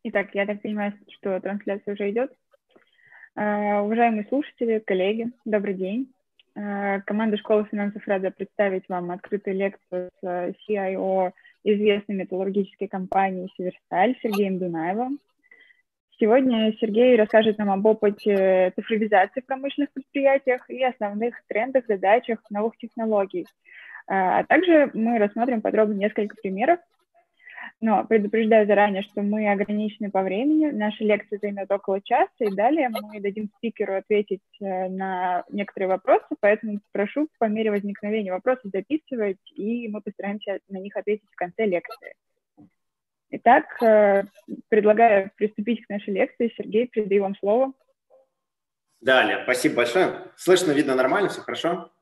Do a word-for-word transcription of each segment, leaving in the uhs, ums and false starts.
Итак, я так понимаю, что трансляция уже идет. Уважаемые слушатели, коллеги, добрый день. Команда Школы финансов рада представить вам открытую лекцию с си ай о известной металлургической компании «Северсталь» Сергеем Дунаевым. Сегодня Сергей расскажет нам об опыте цифровизации в промышленных предприятиях и основных трендах, задачах новых технологий. А также мы рассмотрим подробно несколько примеров. Но предупреждаю заранее, что мы ограничены по времени. Наша лекция займет около часа, и далее мы дадим спикеру ответить на некоторые вопросы, поэтому прошу по мере возникновения вопросов записывать, и мы постараемся на них ответить в конце лекции. Итак, предлагаю приступить к нашей лекции. Сергей, передаю вам слово. Далее, спасибо большое. Слышно, видно нормально, все хорошо?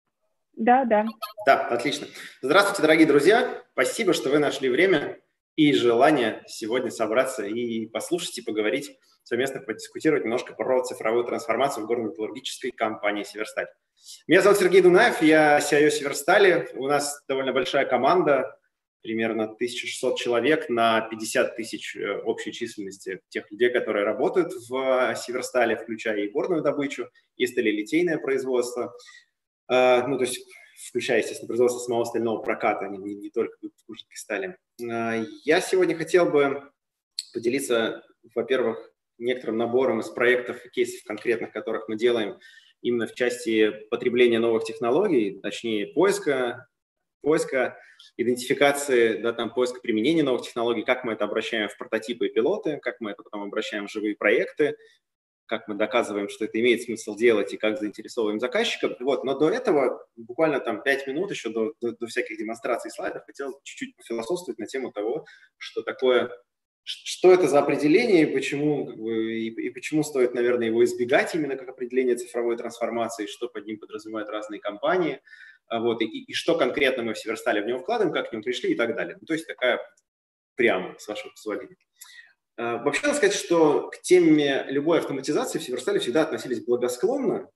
Да, да. Да, отлично. Здравствуйте, дорогие друзья. Спасибо, что вы нашли время и желание сегодня собраться и послушать, и поговорить, совместно подискутировать немножко про цифровую трансформацию в горно-металлургической компании «Северсталь». Меня зовут Сергей Дунаев, я си ай о «Северстали». У нас довольно большая команда, примерно тысяча шестьсот человек на пятьдесят тысяч общей численности тех людей, которые работают в «Северстале», включая и горную добычу, и сталелитейное производство. Ну, то есть включая, естественно, производство самого стального проката, не, не, не только выпуск жидкой стали. Я сегодня хотел бы поделиться, во-первых, некоторым набором из проектов и кейсов конкретных, которых мы делаем именно в части потребления новых технологий, точнее поиска, поиска идентификации, да, там, поиска применения новых технологий, как мы это обращаем в прототипы и пилоты, как мы это потом обращаем в живые проекты, как мы доказываем, что это имеет смысл делать и как заинтересовываем заказчика. Вот. Но до этого, буквально там пять минут еще до, до, до всяких демонстраций слайдов, хотел чуть-чуть пофилософствовать на тему того, что такое, что это за определение и почему, как бы, и, и почему стоит, наверное, его избегать именно как определение цифровой трансформации, что под ним подразумевают разные компании, вот, и, и что конкретно мы в Северстале в него вкладываем, как к нему пришли и так далее. Ну, то есть такая преамбула, с вашего позволения. Вообще, надо сказать, что к теме любой автоматизации в Северстале всегда относились благосклонно,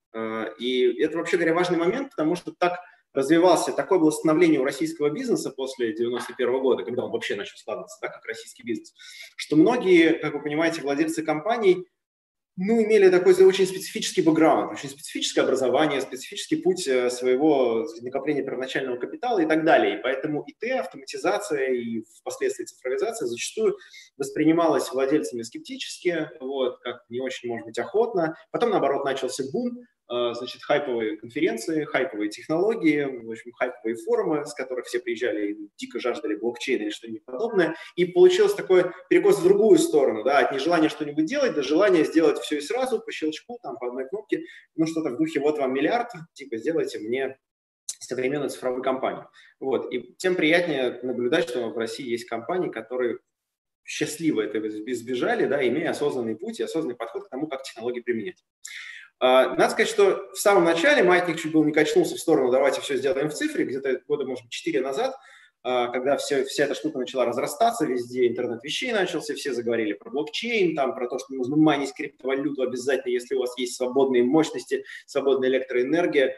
и это, вообще говоря, важный момент, потому что так развивался, такое было становление у российского бизнеса после девяносто первого года, когда он вообще начал складываться, да, как российский бизнес, что многие, как вы понимаете, владельцы компаний, ну, имели такой очень специфический бэкграунд, очень специфическое образование, специфический путь своего накопления первоначального капитала и так далее. И поэтому ИТ, автоматизация и впоследствии цифровизация зачастую воспринималась владельцами скептически, вот, как не очень, может быть, охотно. Потом, наоборот, начался бум, значит, хайповые конференции, хайповые технологии, в общем, хайповые форумы, с которых все приезжали и дико жаждали блокчейна или что-нибудь подобное. И получилось такой перекос в другую сторону, да, от нежелания что-нибудь делать до желания сделать все и сразу, по щелчку, там, по одной кнопке, ну, что-то в духе «вот вам миллиард, типа, сделайте мне современную цифровую компанию». Вот. И тем приятнее наблюдать, что в России есть компании, которые счастливо этого избежали, да, имея осознанный путь и осознанный подход к тому, как технологии применять. Надо сказать, что в самом начале маятник чуть было не качнулся в сторону «давайте все сделаем в цифре», где-то года, может быть, четыре назад, когда все, вся эта штука начала разрастаться, везде интернет вещей начался, все заговорили про блокчейн, там, про то, что нужно майнить криптовалюту обязательно, если у вас есть свободные мощности, свободная электроэнергия.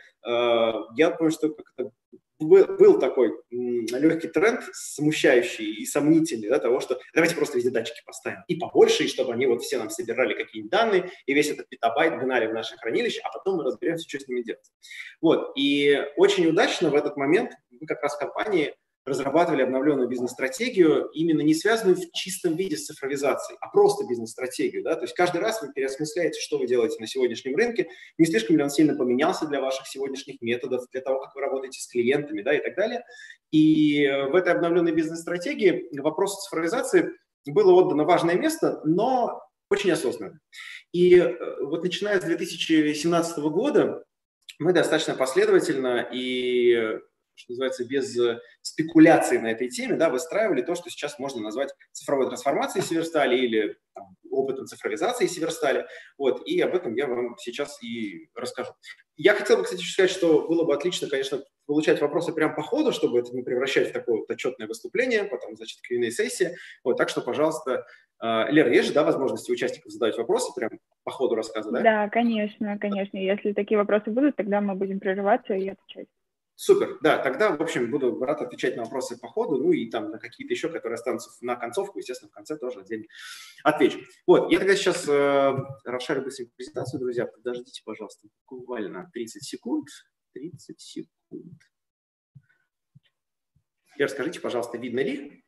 Я помню, что как-то был такой легкий тренд, смущающий и сомнительный, да, того, что давайте просто везде датчики поставим и побольше, и чтобы они вот все нам собирали какие-нибудь данные, и весь этот петабайт гнали в наше хранилище, а потом мы разберемся, что с ними делать. Вот, и очень удачно в этот момент мы как раз в компании разрабатывали обновленную бизнес-стратегию, именно не связанную в чистом виде с цифровизацией, а просто бизнес-стратегию. Да? То есть каждый раз вы переосмысляете, что вы делаете на сегодняшнем рынке, не слишком ли он сильно поменялся для ваших сегодняшних методов, для того, как вы работаете с клиентами, да, и так далее. И в этой обновленной бизнес-стратегии вопросу цифровизации было отдано важное место, но очень осознанно. И вот начиная с две тысячи семнадцатого года мы достаточно последовательно и, что называется, без спекуляций на этой теме, да, выстраивали то, что сейчас можно назвать цифровой трансформацией Северстали или там, опытом цифровизации Северстали. Вот, и об этом я вам сейчас и расскажу. Я хотел бы, кстати, сказать, что было бы отлично, конечно, получать вопросы прямо по ходу, чтобы это не превращать в такое вот отчетное выступление, потом, значит, кью энд эй-сессия. Вот, так что, пожалуйста, Лера, есть же, да, возможность у участников задавать вопросы прямо по ходу рассказа, да? Да, конечно, конечно. Если такие вопросы будут, тогда мы будем прерываться и отвечать. Супер, да, тогда, в общем, буду рад отвечать на вопросы по ходу, ну и там на какие-то еще, которые останутся на концовку, естественно, в конце тоже отдельно отвечу. Вот, я тогда сейчас э, расшарю быстренько презентацию, друзья, подождите, пожалуйста, буквально тридцать секунд, тридцать секунд. И расскажите, пожалуйста, видно ли?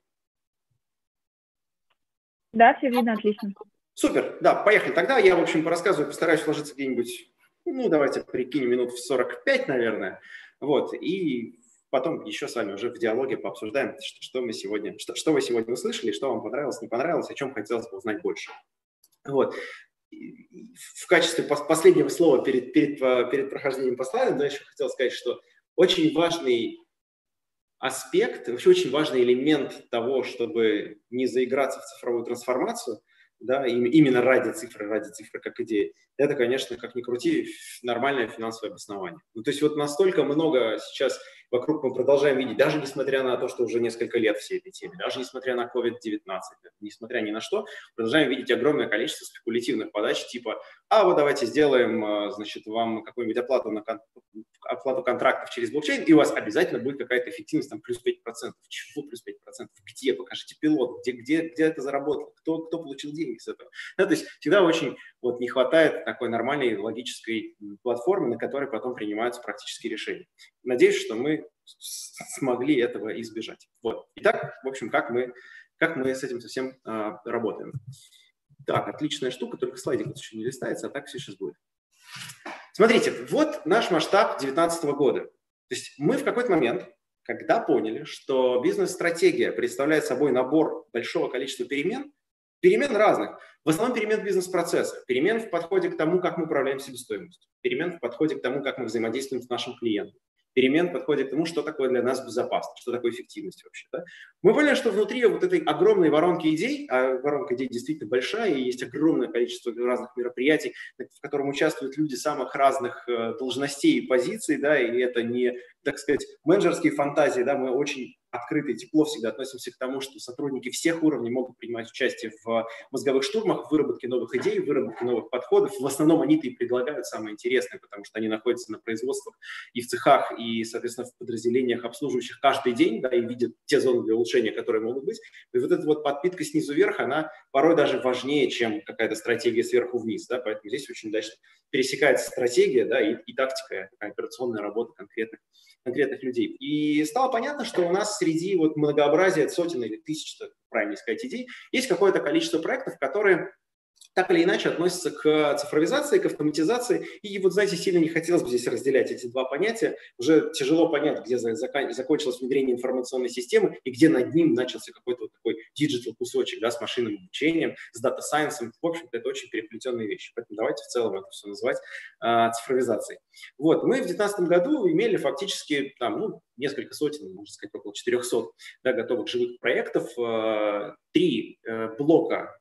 Да, все видно, отлично. Супер, да, поехали. Тогда я, в общем, порассказываю, постараюсь вложиться где-нибудь, ну, давайте прикинем, минут в сорок пять, наверное. Вот, и потом еще с вами уже в диалоге пообсуждаем, что, что мы сегодня, что, что вы сегодня услышали, что вам понравилось, не понравилось, о чем хотелось бы узнать больше. Вот. В качестве последнего слова перед, перед, перед прохождением по слайдам, да, еще хотел сказать, что очень важный аспект, вообще очень важный элемент того, чтобы не заиграться в цифровую трансформацию, да, именно ради цифры, ради цифры как идеи, это, конечно, как ни крути, нормальное финансовое обоснование. Ну, то есть вот настолько много сейчас вокруг мы продолжаем видеть, даже несмотря на то, что уже несколько лет все этой теме, даже несмотря на ковид девятнадцать, несмотря ни на что, продолжаем видеть огромное количество спекулятивных подач типа, а вот давайте сделаем, значит, вам какую-нибудь оплату, на кон... оплату контрактов через блокчейн, и у вас обязательно будет какая-то эффективность, там, плюс пять процентов. Чего плюс пять процентов? Где? Покажите пилот, где, где, где это заработало, кто, кто получил деньги с этого. Да, то есть всегда очень вот, не хватает такой нормальной логической платформы, на которой потом принимаются практические решения. Надеюсь, что мы смогли этого избежать. Вот. Итак, в общем, как мы, как мы с этим совсем а, работаем. Так, отличная штука, только слайдик вот еще не листается, а так все сейчас будет. Смотрите, вот наш масштаб две тысячи девятнадцатого года. То есть мы в какой-то момент, когда поняли, что бизнес-стратегия представляет собой набор большого количества перемен, перемен разных, в основном перемен в бизнес-процессах, перемен в подходе к тому, как мы управляем себестоимостью, перемен в подходе к тому, как мы взаимодействуем с нашим клиентом, перемен в подходе к тому, что такое для нас безопасность, что такое эффективность вообще. Да? Мы поняли, что внутри вот этой огромной воронки идей, а воронка идей действительно большая, и есть огромное количество разных мероприятий, в котором участвуют люди самых разных должностей и позиций, да, и это не, так сказать, менеджерские фантазии, да, мы очень открыто и тепло всегда относимся к тому, что сотрудники всех уровней могут принимать участие в мозговых штурмах, в выработке новых идей, в выработке новых подходов. В основном они-то и предлагают самое интересное, потому что они находятся на производствах и в цехах, и, соответственно, в подразделениях, обслуживающих каждый день, да, и видят те зоны для улучшения, которые могут быть. И вот эта вот подпитка снизу вверх, она порой даже важнее, чем какая-то стратегия сверху вниз. Да, поэтому здесь очень удачно пересекается стратегия, да, и, и тактика, такая операционная работа конкретных, конкретных людей. И стало понятно, что у нас среди вот многообразия сотен или тысяч, правильно сказать, идей, есть какое-то количество проектов, которые так или иначе относятся к цифровизации, к автоматизации. И вот, знаете, сильно не хотелось бы здесь разделять эти два понятия. Уже тяжело понять, где закончилось внедрение информационной системы и где над ним начался какой-то вот такой диджитал кусочек, да, с машинным обучением, с дата-сайенсом. В общем-то, это очень переплетенные вещи. Поэтому давайте в целом это все называть а, цифровизацией. Вот. Мы в две тысячи девятнадцатом году имели фактически там, ну, несколько сотен, можно сказать, около четырехсот, да, готовых живых проектов, э, три э, блока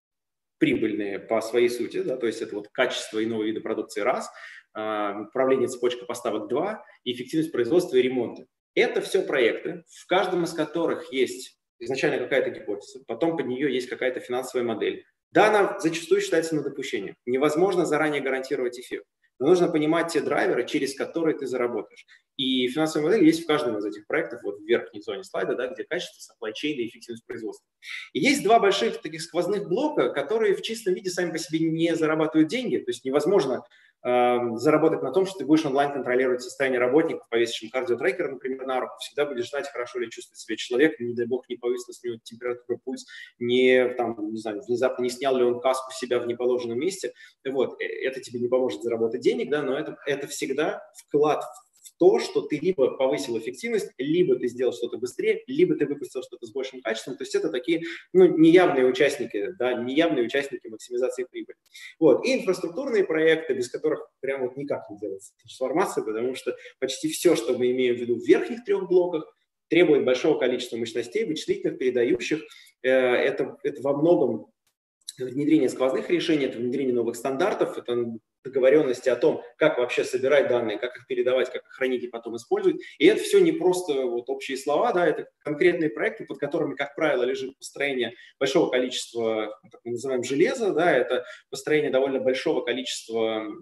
прибыльные по своей сути, да, то есть это вот качество и новые виды продукции раз, управление цепочкой поставок два, и эффективность производства и ремонта. Это все проекты, в каждом из которых есть изначально какая-то гипотеза, потом под нее есть какая-то финансовая модель. Да, она зачастую считается на допущение. Невозможно заранее гарантировать эффект. Но нужно понимать те драйверы, через которые ты заработаешь. И финансовая модель есть в каждом из этих проектов, вот в верхней зоне слайда, да, где качество, supply chain и эффективность производства. И есть два больших таких сквозных блока, которые в чистом виде сами по себе не зарабатывают деньги. То есть невозможно э, заработать на том, что ты будешь онлайн контролировать состояние работников, повесишь им кардиотрекер, например, на руку. Всегда будешь знать, хорошо ли чувствует себя человек, не дай бог не повысилась у него температура, пульс, не, там, не знаю, внезапно не снял ли он каску себя в неположенном месте. Вот. Это тебе не поможет заработать денег, да, но это, это всегда вклад в то, что ты либо повысил эффективность, либо ты сделал что-то быстрее, либо ты выпустил что-то с большим качеством. То есть это такие, ну, неявные участники, да, неявные участники максимизации прибыли. Вот. И инфраструктурные проекты, без которых прям вот никак не делается трансформация, потому что почти все, что мы имеем в виду в верхних трех блоках, требует большого количества мощностей, вычислительных, передающих. Это, это во многом внедрение сквозных решений, это внедрение новых стандартов, это договоренности о том, как вообще собирать данные, как их передавать, как их хранить и потом использовать. И это все не просто вот общие слова, да, это конкретные проекты, под которыми, как правило, лежит построение большого количества, как мы называем, железа, да, это построение довольно большого количества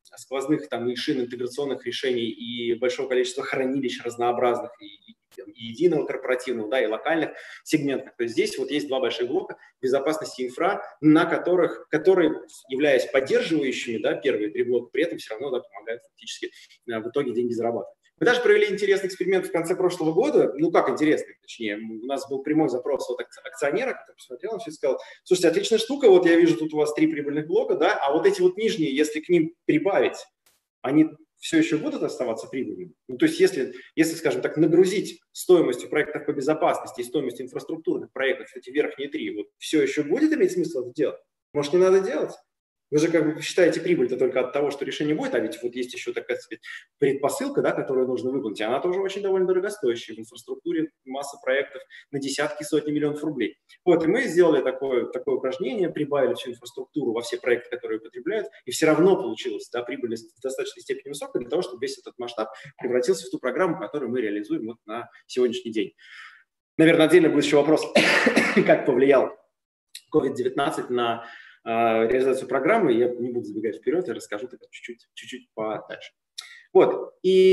сквозных там и шин интеграционных решений, и большого количества хранилищ разнообразных, и, и, и единого корпоративного, да, и локальных сегментных. То есть здесь вот есть два больших блока безопасности инфра, на которых, которые, являясь поддерживающими, да, первые три блока, при этом все равно, да, помогают фактически в итоге деньги зарабатывать. Мы даже провели интересный эксперимент в конце прошлого года, ну как интересный, точнее, у нас был прямой запрос от акционера, который посмотрел на все и сказал: слушайте, отличная штука, вот я вижу, тут у вас три прибыльных блока, да, а вот эти вот нижние, если к ним прибавить, они все еще будут оставаться прибыльными? Ну, то есть если, если, скажем так, нагрузить стоимостью проектов по безопасности и стоимостью инфраструктурных проектов эти верхние три, вот все еще будет иметь смысл это делать? Может, не надо делать? Вы же как бы считаете прибыль-то только от того, что решение будет, а ведь вот есть еще такая, сказать, предпосылка, да, которую нужно выполнить, и она тоже очень довольно дорогостоящая. В инфраструктуре масса проектов на десятки, сотни миллионов рублей. Вот, и мы сделали такое, такое упражнение, прибавили всю инфраструктуру во все проекты, которые потребляют, и все равно получилось, да, прибыльность в достаточной степени высокая для того, чтобы весь этот масштаб превратился в ту программу, которую мы реализуем вот на сегодняшний день. Наверное, отдельно будет еще вопрос, как повлиял ковид девятнадцать на реализацию программы. Я не буду забегать вперед, я расскажу это чуть-чуть, чуть-чуть подальше. Вот.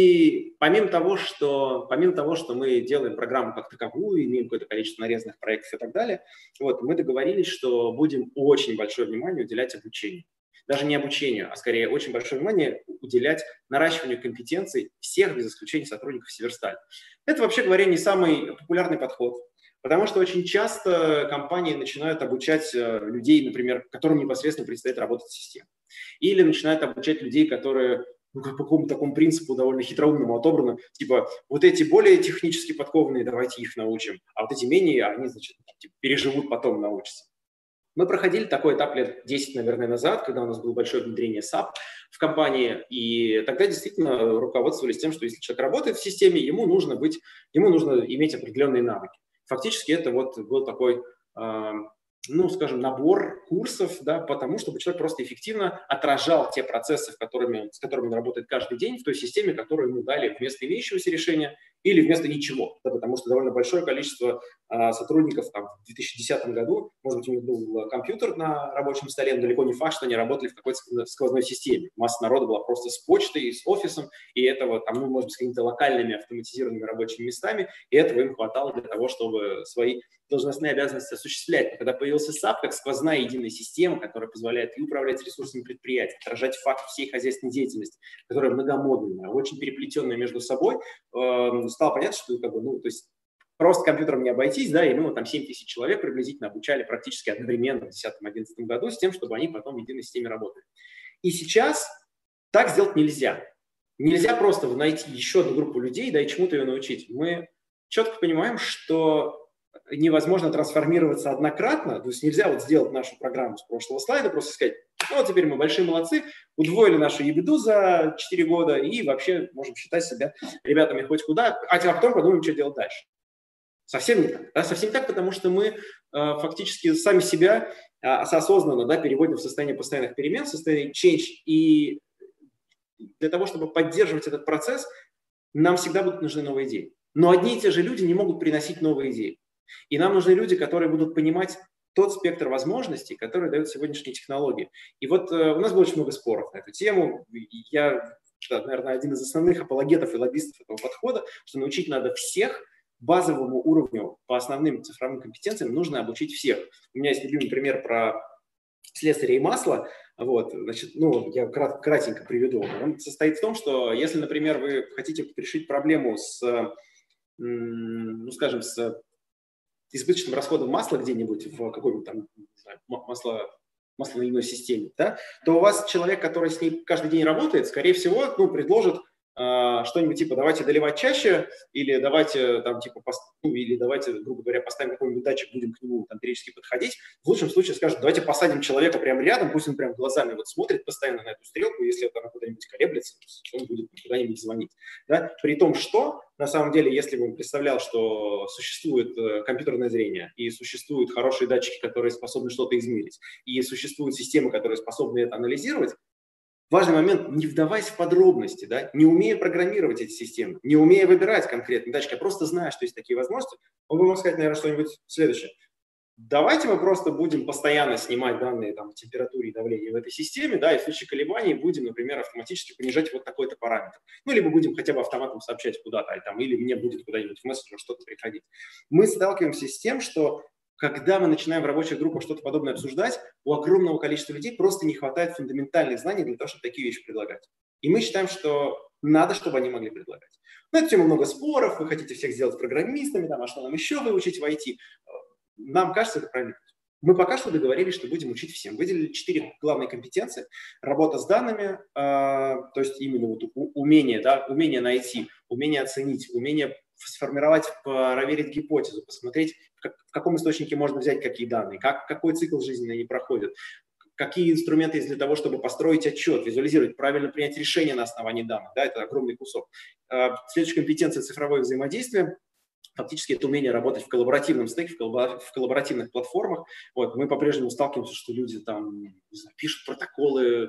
И помимо того, что, помимо того, что мы делаем программу как таковую, имеем какое-то количество нарезанных проектов и так далее, вот, мы договорились, что будем очень большое внимание уделять обучению. Даже не обучению, а скорее очень большое внимание уделять наращиванию компетенций всех без исключения сотрудников Северсталь. Это, вообще говоря, не самый популярный подход. Потому что очень часто компании начинают обучать людей, например, которым непосредственно предстоит работать в системе. Или начинают обучать людей, которые, ну, по какому-то такому принципу довольно хитроумному отобраны, типа вот эти более технически подкованные, давайте их научим, а вот эти менее, они, значит, типа, переживут, потом научатся. Мы проходили такой этап лет десять, наверное, назад, когда у нас было большое внедрение сап в компании, и тогда действительно руководствовались тем, что если человек работает в системе, ему нужно быть, ему нужно иметь определенные навыки. Фактически это вот был такой, э, ну, скажем, набор курсов, да, потому чтобы человек просто эффективно отражал те процессы, в которыми, с которыми он работает каждый день в той системе, которую ему дали вместо имеющегося решения или вместо ничего. Да, потому что довольно большое количество э, сотрудников там, в две тысячи десятом году, может быть, у них был компьютер на рабочем столе, но далеко не факт, что они работали в какой-то сквозной системе. Масса народа была просто с почтой, с офисом, и этого, там, ну, может быть, с какими-то локальными автоматизированными рабочими местами, и этого им хватало для того, чтобы свои должностные обязанности осуществлять. Но когда появился сап как сквозная единая система, которая позволяет и управлять ресурсами предприятий, отражать факт всей хозяйственной деятельности, которая многомодульная, очень переплетенная между собой, э, стало понятно, что как бы, ну, то есть просто компьютером не обойтись, да, и мы вот там семь тысяч человек приблизительно обучали практически одновременно в две тысячи десятом-две тысячи одиннадцатом году с тем, чтобы они потом в единой системе работали. И сейчас так сделать нельзя. Нельзя просто найти еще одну группу людей, да, и чему-то ее научить. Мы четко понимаем, что невозможно трансформироваться однократно, то есть нельзя вот сделать нашу программу с прошлого слайда, просто сказать, ну, вот теперь мы большие молодцы, удвоили нашу ебеду за четыре года и вообще можем считать себя ребятами хоть куда, а потом подумаем, что делать дальше. Совсем не так. Да? Совсем не так, потому что мы э, фактически сами себя э, осознанно, да, переводим в состояние постоянных перемен, в состояние change, и для того, чтобы поддерживать этот процесс, нам всегда будут нужны новые идеи. Но одни и те же люди не могут приносить новые идеи. И нам нужны люди, которые будут понимать тот спектр возможностей, который дают сегодняшние технологии. И вот э, у нас было очень много споров на эту тему. Я, что, наверное, один из основных апологетов и лоббистов этого подхода, что научить надо всех базовому уровню по основным цифровым компетенциям, нужно обучить всех. У меня есть любимый пример про слесаря и масло. Вот, значит, ну, я крат, кратенько приведу. Он состоит в том, что если, например, вы хотите решить проблему с, ну, скажем, с избыточным расходом масла где-нибудь в какой-нибудь там, не знаю, масло, масло-льняной системе, да, то у вас человек, который с ней каждый день работает, скорее всего, ну, предложит э, что-нибудь типа давайте доливать чаще, или давайте там типа пост... ну, или давайте, грубо говоря, поставим какой-нибудь датчик, будем к нему там периодически подходить. В лучшем случае скажут, давайте посадим человека прямо рядом, пусть он прям глазами вот смотрит постоянно на эту стрелку, если она куда-нибудь колеблется, он будет куда-нибудь звонить. Да? При том, что на самом деле, если бы он представлял, что существует э, компьютерное зрение, и существуют хорошие датчики, которые способны что-то измерить, и существуют системы, которые способны это анализировать, важный момент, не вдаваясь в подробности, да, не умея программировать эти системы, не умея выбирать конкретные датчики, а просто зная, что есть такие возможности, он бы мог сказать, наверное, что-нибудь следующее. давайте мы просто будем постоянно снимать данные там, температуры и давления в этой системе, да, и в случае колебаний будем, например, автоматически понижать вот такой-то параметр. Ну, либо будем хотя бы автоматом сообщать куда-то, там, или мне будет куда-нибудь в мессенджер что-то приходить. Мы сталкиваемся с тем, что когда мы начинаем в рабочих группах что-то подобное обсуждать, у огромного количества людей просто не хватает фундаментальных знаний для того, чтобы такие вещи предлагать. И мы считаем, что надо, чтобы они могли предлагать. На эту тему много споров, вы хотите всех сделать программистами, там, а что нам еще выучить в ай ти? Нам кажется, это правильно. Мы пока что договорились, что будем учить всем. Выделили четыре главные компетенции. Работа с данными, э, то есть именно вот умение, да, умение найти, умение оценить, умение сформировать, проверить гипотезу, посмотреть, в, как, в каком источнике можно взять какие данные, как, какой цикл жизни они проходят, какие инструменты есть для того, чтобы построить отчет, визуализировать, правильно принять решение на основании данных. Да, это огромный кусок. Э, следующая компетенция – цифровое взаимодействие. Фактически это умение работать в коллаборативном стеке, в коллаборативных платформах. Вот, мы по-прежнему сталкиваемся, что люди там не знаю, пишут протоколы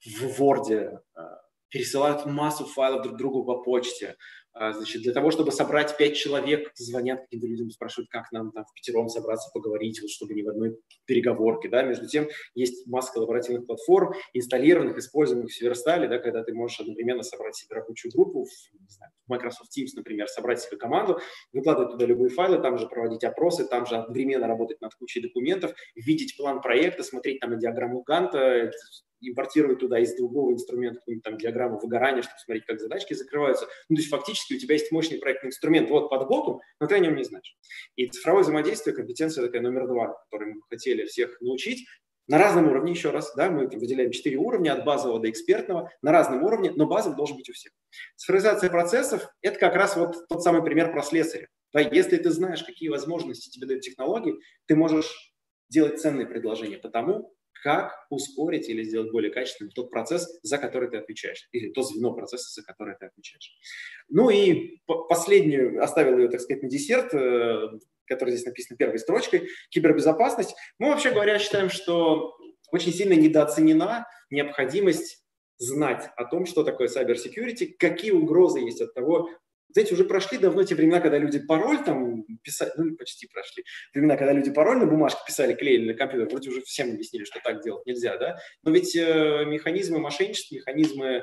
в Word, пересылают массу файлов друг другу по почте. Значит, для того, чтобы собрать пять человек, звонят каким-то людям, спрашивают, как нам там впятером собраться, поговорить, вот, чтобы не в одной переговорке. Да? Между тем, есть масса коллаборативных платформ, инсталлированных, используемых в Северстале, да, когда ты можешь одновременно собрать себе рабочую группу, в, не знаю, в Microsoft Teams, например, собрать себе команду, выкладывать туда любые файлы, там же проводить опросы, там же одновременно работать над кучей документов, видеть план проекта, смотреть там на диаграмму Ганта, импортировать туда из другого инструмента там, диаграмму выгорания, чтобы смотреть, как задачки закрываются. Ну, то есть фактически у тебя есть мощный проектный инструмент вот под боком, но ты о нем не знаешь. И цифровое взаимодействие, компетенция такая номер два, которой мы хотели всех научить. На разном уровне, еще раз, да, мы выделяем четыре уровня, от базового до экспертного, на разном уровне, но базовый должен быть у всех. Цифровизация процессов – это как раз вот тот самый пример про слесаря. Да, если ты знаешь, какие возможности тебе дают технологии, ты можешь делать ценные предложения по тому, как ускорить или сделать более качественным тот процесс, за который ты отвечаешь, или то звено процесса, за которое ты отвечаешь. Ну и последнюю, оставил ее, так сказать, на десерт, который здесь написан первой строчкой, кибербезопасность. Мы, вообще говоря, считаем, что очень сильно недооценена необходимость знать о том, что такое cyber security, какие угрозы есть от того. Знаете, уже прошли давно те времена, когда люди пароль там писали, ну, почти прошли. Времена, когда люди пароль на бумажке писали, клеили на компьютер, вроде уже всем объяснили, что так делать нельзя, да? Но ведь э, механизмы мошенничества, механизмы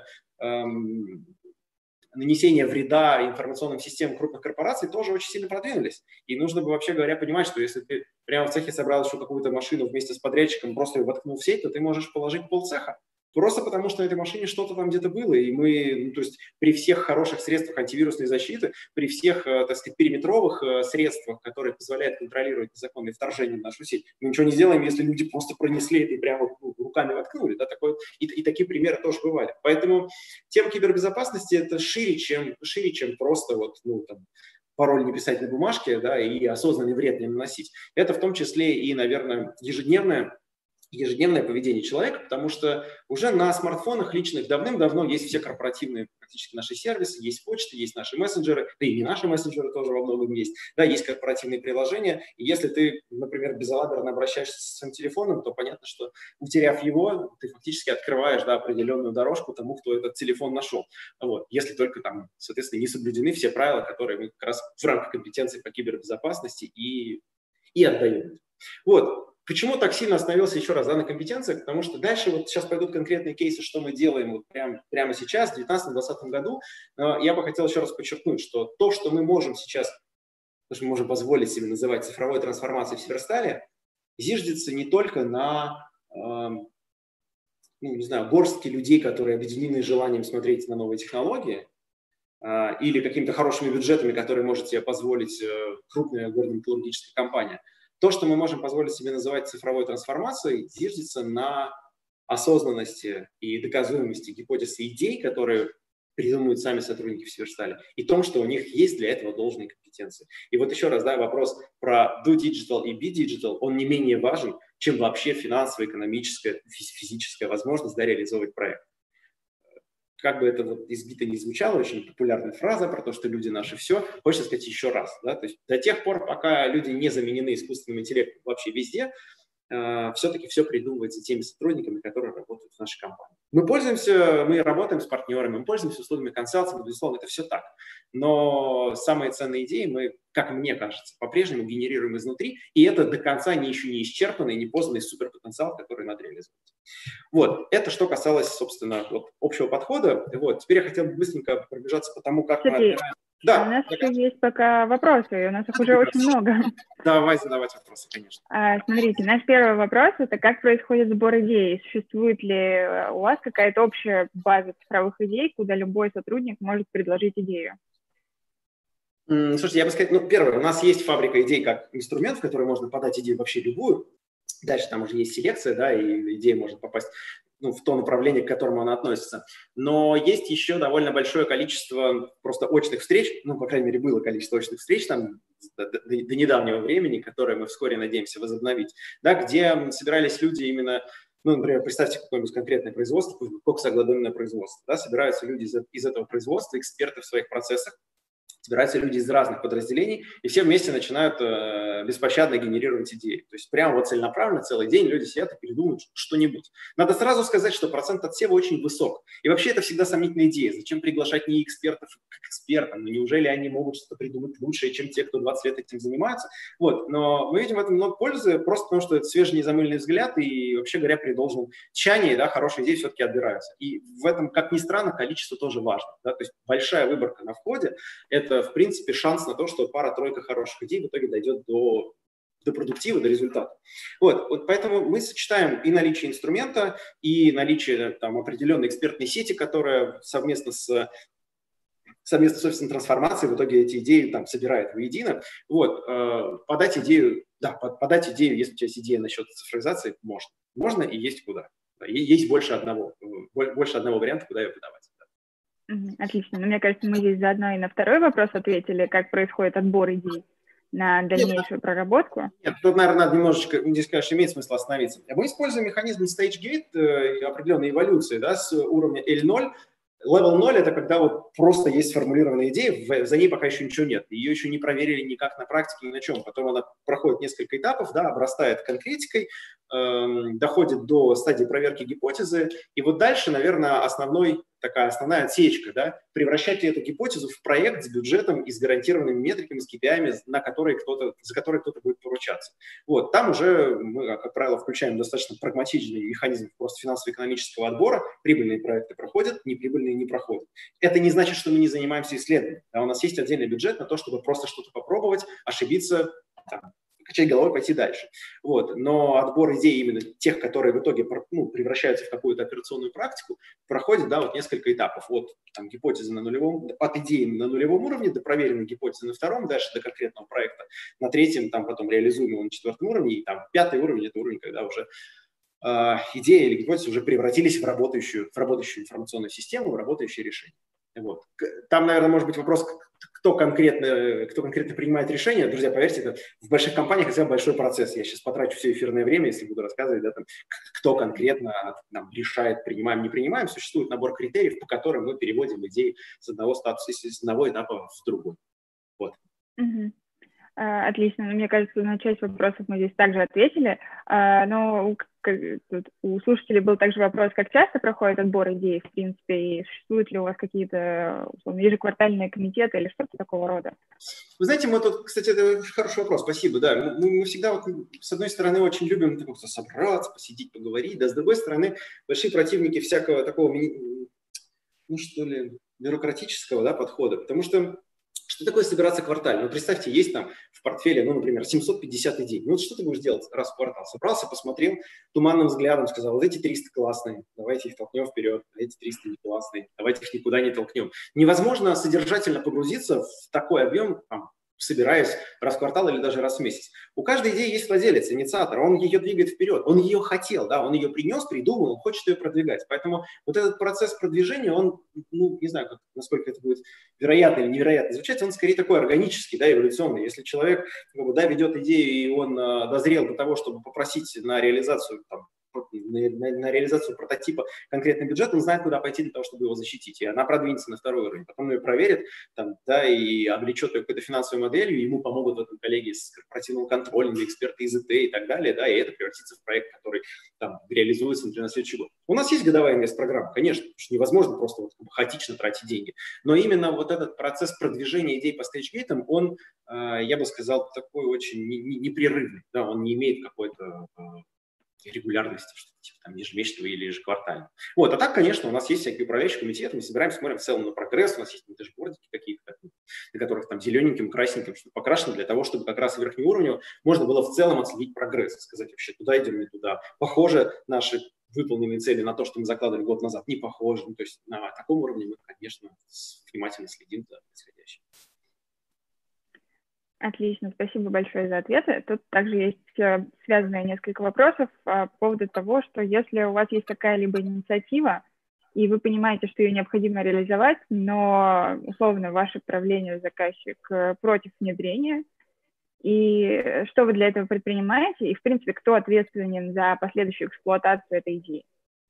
эм, нанесения вреда информационным системам крупных корпораций тоже очень сильно продвинулись. И нужно бы, вообще говоря, понимать, что если ты прямо в цехе собрал еще какую-то машину вместе с подрядчиком, просто ее воткнул в сеть, то ты можешь положить полцеха. Просто потому, что на этой машине что-то там где-то было, и мы, ну, то есть при всех хороших средствах антивирусной защиты, при всех, так сказать, периметровых средствах, которые позволяют контролировать незаконные вторжения в нашу сеть, мы ничего не сделаем, если люди просто пронесли это и прямо руками воткнули, да, такое, и, и такие примеры тоже бывали. Поэтому тема кибербезопасности это шире, чем, шире, чем просто вот, ну, там, пароль не писать на бумажке, да, и осознанный вред не наносить. Это в том числе и, наверное, ежедневное ежедневное поведение человека, потому что уже на смартфонах личных давным-давно есть все корпоративные практически наши сервисы, есть почта, есть наши мессенджеры, да и не наши мессенджеры тоже во многом есть, да, есть корпоративные приложения, и если ты, например, безалаберно обращаешься со своим телефоном, то понятно, что утеряв его, ты фактически открываешь, да, определенную дорожку тому, кто этот телефон нашел. Вот. Если только там, соответственно, не соблюдены все правила, которые мы как раз в рамках компетенции по кибербезопасности и, и отдаем. Вот. Почему так сильно остановился еще раз да, на компетенциях? Потому что дальше вот сейчас пойдут конкретные кейсы, что мы делаем вот прямо, прямо сейчас, в две тысячи девятнадцатом-двадцатом году. Но я бы хотел еще раз подчеркнуть, что то, что мы можем сейчас, то, что мы можем позволить себе называть цифровой трансформацией в Северстале, зиждется не только на, э, ну, не знаю, горстке людей, которые объединены желанием смотреть на новые технологии, э, или какими-то хорошими бюджетами, которые может себе позволить э, крупная горно-металлургическая компания. То, что мы можем позволить себе называть цифровой трансформацией, зиждется на осознанности и доказуемости гипотез и идей, которые придумывают сами сотрудники в Северстале, и том, что у них есть для этого должные компетенции. И вот еще раз, да, вопрос про do digital и be digital, он не менее важен, чем вообще финансовая, экономическая, физическая возможность да, реализовывать проект. Как бы это вот избито не звучало, очень популярная фраза про то, что люди наши все, хочется сказать еще раз. Да? То есть до тех пор, пока люди не заменены искусственным интеллектом вообще везде, э, все-таки все придумывается теми сотрудниками, которые работают в нашей компании. Мы пользуемся, мы работаем с партнерами, мы пользуемся услугами консалтинга, безусловно, это все так. Но самые ценные идеи мы, как мне кажется, по-прежнему генерируем изнутри, и это до конца не еще не исчерпанный, не познанный суперпотенциал, который надо реализовать. Вот, это что касалось, собственно, вот, общего подхода. Вот, теперь я хотел бы быстренько пробежаться по тому, как Кстати, мы отбираем. Да, у нас да, еще есть пока вопросы, и у нас их уже очень много. Давай задавать вопросы, конечно. А, смотрите, наш первый вопрос – это как происходит сбор идей? Существует ли у вас какая-то общая база цифровых идей, куда любой сотрудник может предложить идею? Слушайте, я бы сказал, ну, первое, у нас есть фабрика идей как инструмент, в который можно подать идею вообще любую. Дальше там уже есть селекция, да, и идея может попасть, ну, в то направление, к которому она относится. Но есть еще довольно большое количество просто очных встреч, ну, по крайней мере, было количество очных встреч там до, до, до недавнего времени, которые мы вскоре надеемся возобновить, да, где собирались люди именно, ну, например, представьте какое-нибудь конкретное производство, коксоглобинное производство, да, собираются люди из, из этого производства, эксперты в своих процессах, собираются люди из разных подразделений, и все вместе начинают э, беспощадно генерировать идеи. То есть прямо вот целенаправленно целый день люди сидят и передумывают что-нибудь. Надо сразу сказать, что процент отсева очень высок. И вообще это всегда сомнительная идея. Зачем приглашать не экспертов к экспертам? Ну, неужели они могут что-то придумать лучше, чем те, кто двадцать лет этим занимается? Вот. Но мы видим в этом много пользы, просто потому что это свежий незамыленный взгляд, и вообще говоря, при должном тщании, да, хорошие идеи все-таки отбираются. И в этом, как ни странно, количество тоже важно. Да? То есть большая выборка на входе – это в принципе, шанс на то, что пара-тройка хороших идей в итоге дойдет до, до продуктива, до результата. Вот, вот поэтому мы сочетаем и наличие инструмента, и наличие там, определенной экспертной сети, которая совместно с совместно с офисной трансформацией в итоге эти идеи там собирает воедино. Вот, э, подать идею, да, под, подать идею, если у тебя есть идея насчет цифровизации, можно. Можно и есть куда. Да, есть больше одного, больше одного варианта, куда ее подавать. Отлично. Но мне кажется, мы здесь заодно и на второй вопрос ответили, как происходит отбор идей на дальнейшую Нет, проработку. Нет, тут, наверное, надо немножечко, здесь, конечно, имеет смысл остановиться. Мы используем механизм Stage Gate, э, определенной эволюции, да, с уровня эл ноль. Level ноль – это когда вот просто есть сформулированная идея, за ней пока еще ничего нет. Ее еще не проверили никак на практике, ни на чем. Потом она проходит несколько этапов, да, обрастает конкретикой, эм, доходит до стадии проверки гипотезы. И вот дальше, наверное, основной, такая основная отсечка, да, превращать ли эту гипотезу в проект с бюджетом и с гарантированными метриками, с кей пи ай, на которые кто-то, за которые кто-то будет поручаться. Вот, там уже мы, как правило, включаем достаточно прагматичный механизм просто финансово-экономического отбора. Прибыльные проекты проходят, неприбыльные не проходят. Это не значит, что мы не занимаемся исследованием. Да, у нас есть отдельный бюджет на то, чтобы просто что-то попробовать, ошибиться, там, качать головой, пойти дальше. Вот. Но отбор идей именно тех, которые в итоге, ну, превращаются в какую-то операционную практику, проходит, да, вот несколько этапов. От там, гипотезы на нулевом, от идеи на нулевом уровне до проверенной гипотезы на втором, дальше до конкретного проекта, на третьем, там потом реализуемого на четвертом уровне, и там пятый уровень – это уровень, когда уже э, идея или гипотеза уже превратились в работающую, в работающую информационную систему, в работающее решение. Вот. Там, наверное, может быть вопрос, кто конкретно, кто конкретно принимает решение. Друзья, поверьте, это в больших компаниях это большой процесс. Я сейчас потрачу все эфирное время, если буду рассказывать, да, там, кто конкретно там, решает, принимаем, не принимаем. Существует набор критериев, по которым мы переводим идеи с одного статуса, с одного этапа в другой. Вот. Угу. Отлично. Мне кажется, на часть вопросов мы здесь также ответили. Но у слушателей был также вопрос, как часто проходит отбор идей, в принципе, и существуют ли у вас какие-то условно, ежеквартальные комитеты или что-то такого рода? Вы знаете, мы тут, кстати, это хороший вопрос, спасибо, да. Мы, мы всегда, вот, с одной стороны, очень любим так, собраться, посидеть, поговорить, да, с другой стороны, большие противники всякого такого, ну, что ли, бюрократического, да, подхода, потому что что такое собираться квартально? Ну, представьте, есть там в портфеле, ну, например, семьсот пятьдесят идей. Ну, вот что ты будешь делать раз в квартал? Собрался, посмотрел, туманным взглядом сказал, вот эти триста классные, давайте их толкнем вперед, а эти триста не классные, давайте их никуда не толкнем. Невозможно содержательно погрузиться в такой объем, там, собираясь раз в квартал или даже раз в месяц. У каждой идеи есть владелец, инициатор, он ее двигает вперед, он ее хотел, да, он ее принес, придумал, он хочет ее продвигать. Поэтому вот этот процесс продвижения, он, ну, не знаю, как, насколько это будет вероятно или невероятно звучать, он скорее такой органический, да, эволюционный. Если человек, как бы, да, ведет идею, и он а, дозрел до того, чтобы попросить на реализацию там, на, на, на реализацию прототипа конкретный бюджет, он знает, куда пойти для того, чтобы его защитить. И она продвинется на второй уровень. Потом ее проверит, там, да, и облечет ее какой-то финансовой моделью, ему помогут в этом коллеги с корпоративного контролинга, эксперты из ИТ и так далее, да, и это превратится в проект, который там реализуется, например, на следующий год. У нас есть годовая инвест-программа, конечно, потому что невозможно просто вот хаотично тратить деньги, но именно вот этот процесс продвижения идей по стейдж-гейтам, он, я бы сказал, такой очень непрерывный, да, он не имеет какой-то регулярности, что-то типа там ежемесячного или ежеквартального. Вот, а так, конечно, у нас есть всякие управляющие комитеты, мы собираем, смотрим в целом на прогресс, у нас есть дашбордики какие-то, на которых там зелененьким, красненьким что-то покрашено для того, чтобы как раз верхнему уровню можно было в целом отследить прогресс, сказать вообще, туда идем, не туда. Похоже, наши выполненные цели на то, что мы закладывали год назад, не похожи. Ну, то есть на таком уровне мы, конечно, внимательно следим за происходящим. Отлично, спасибо большое за ответы. Тут также есть связанные несколько вопросов по поводу того, что если у вас есть какая-либо инициатива, и вы понимаете, что ее необходимо реализовать, но, условно, ваше правление, заказчик против внедрения, и что вы для этого предпринимаете, и, в принципе, кто ответственен за последующую эксплуатацию этой идеи?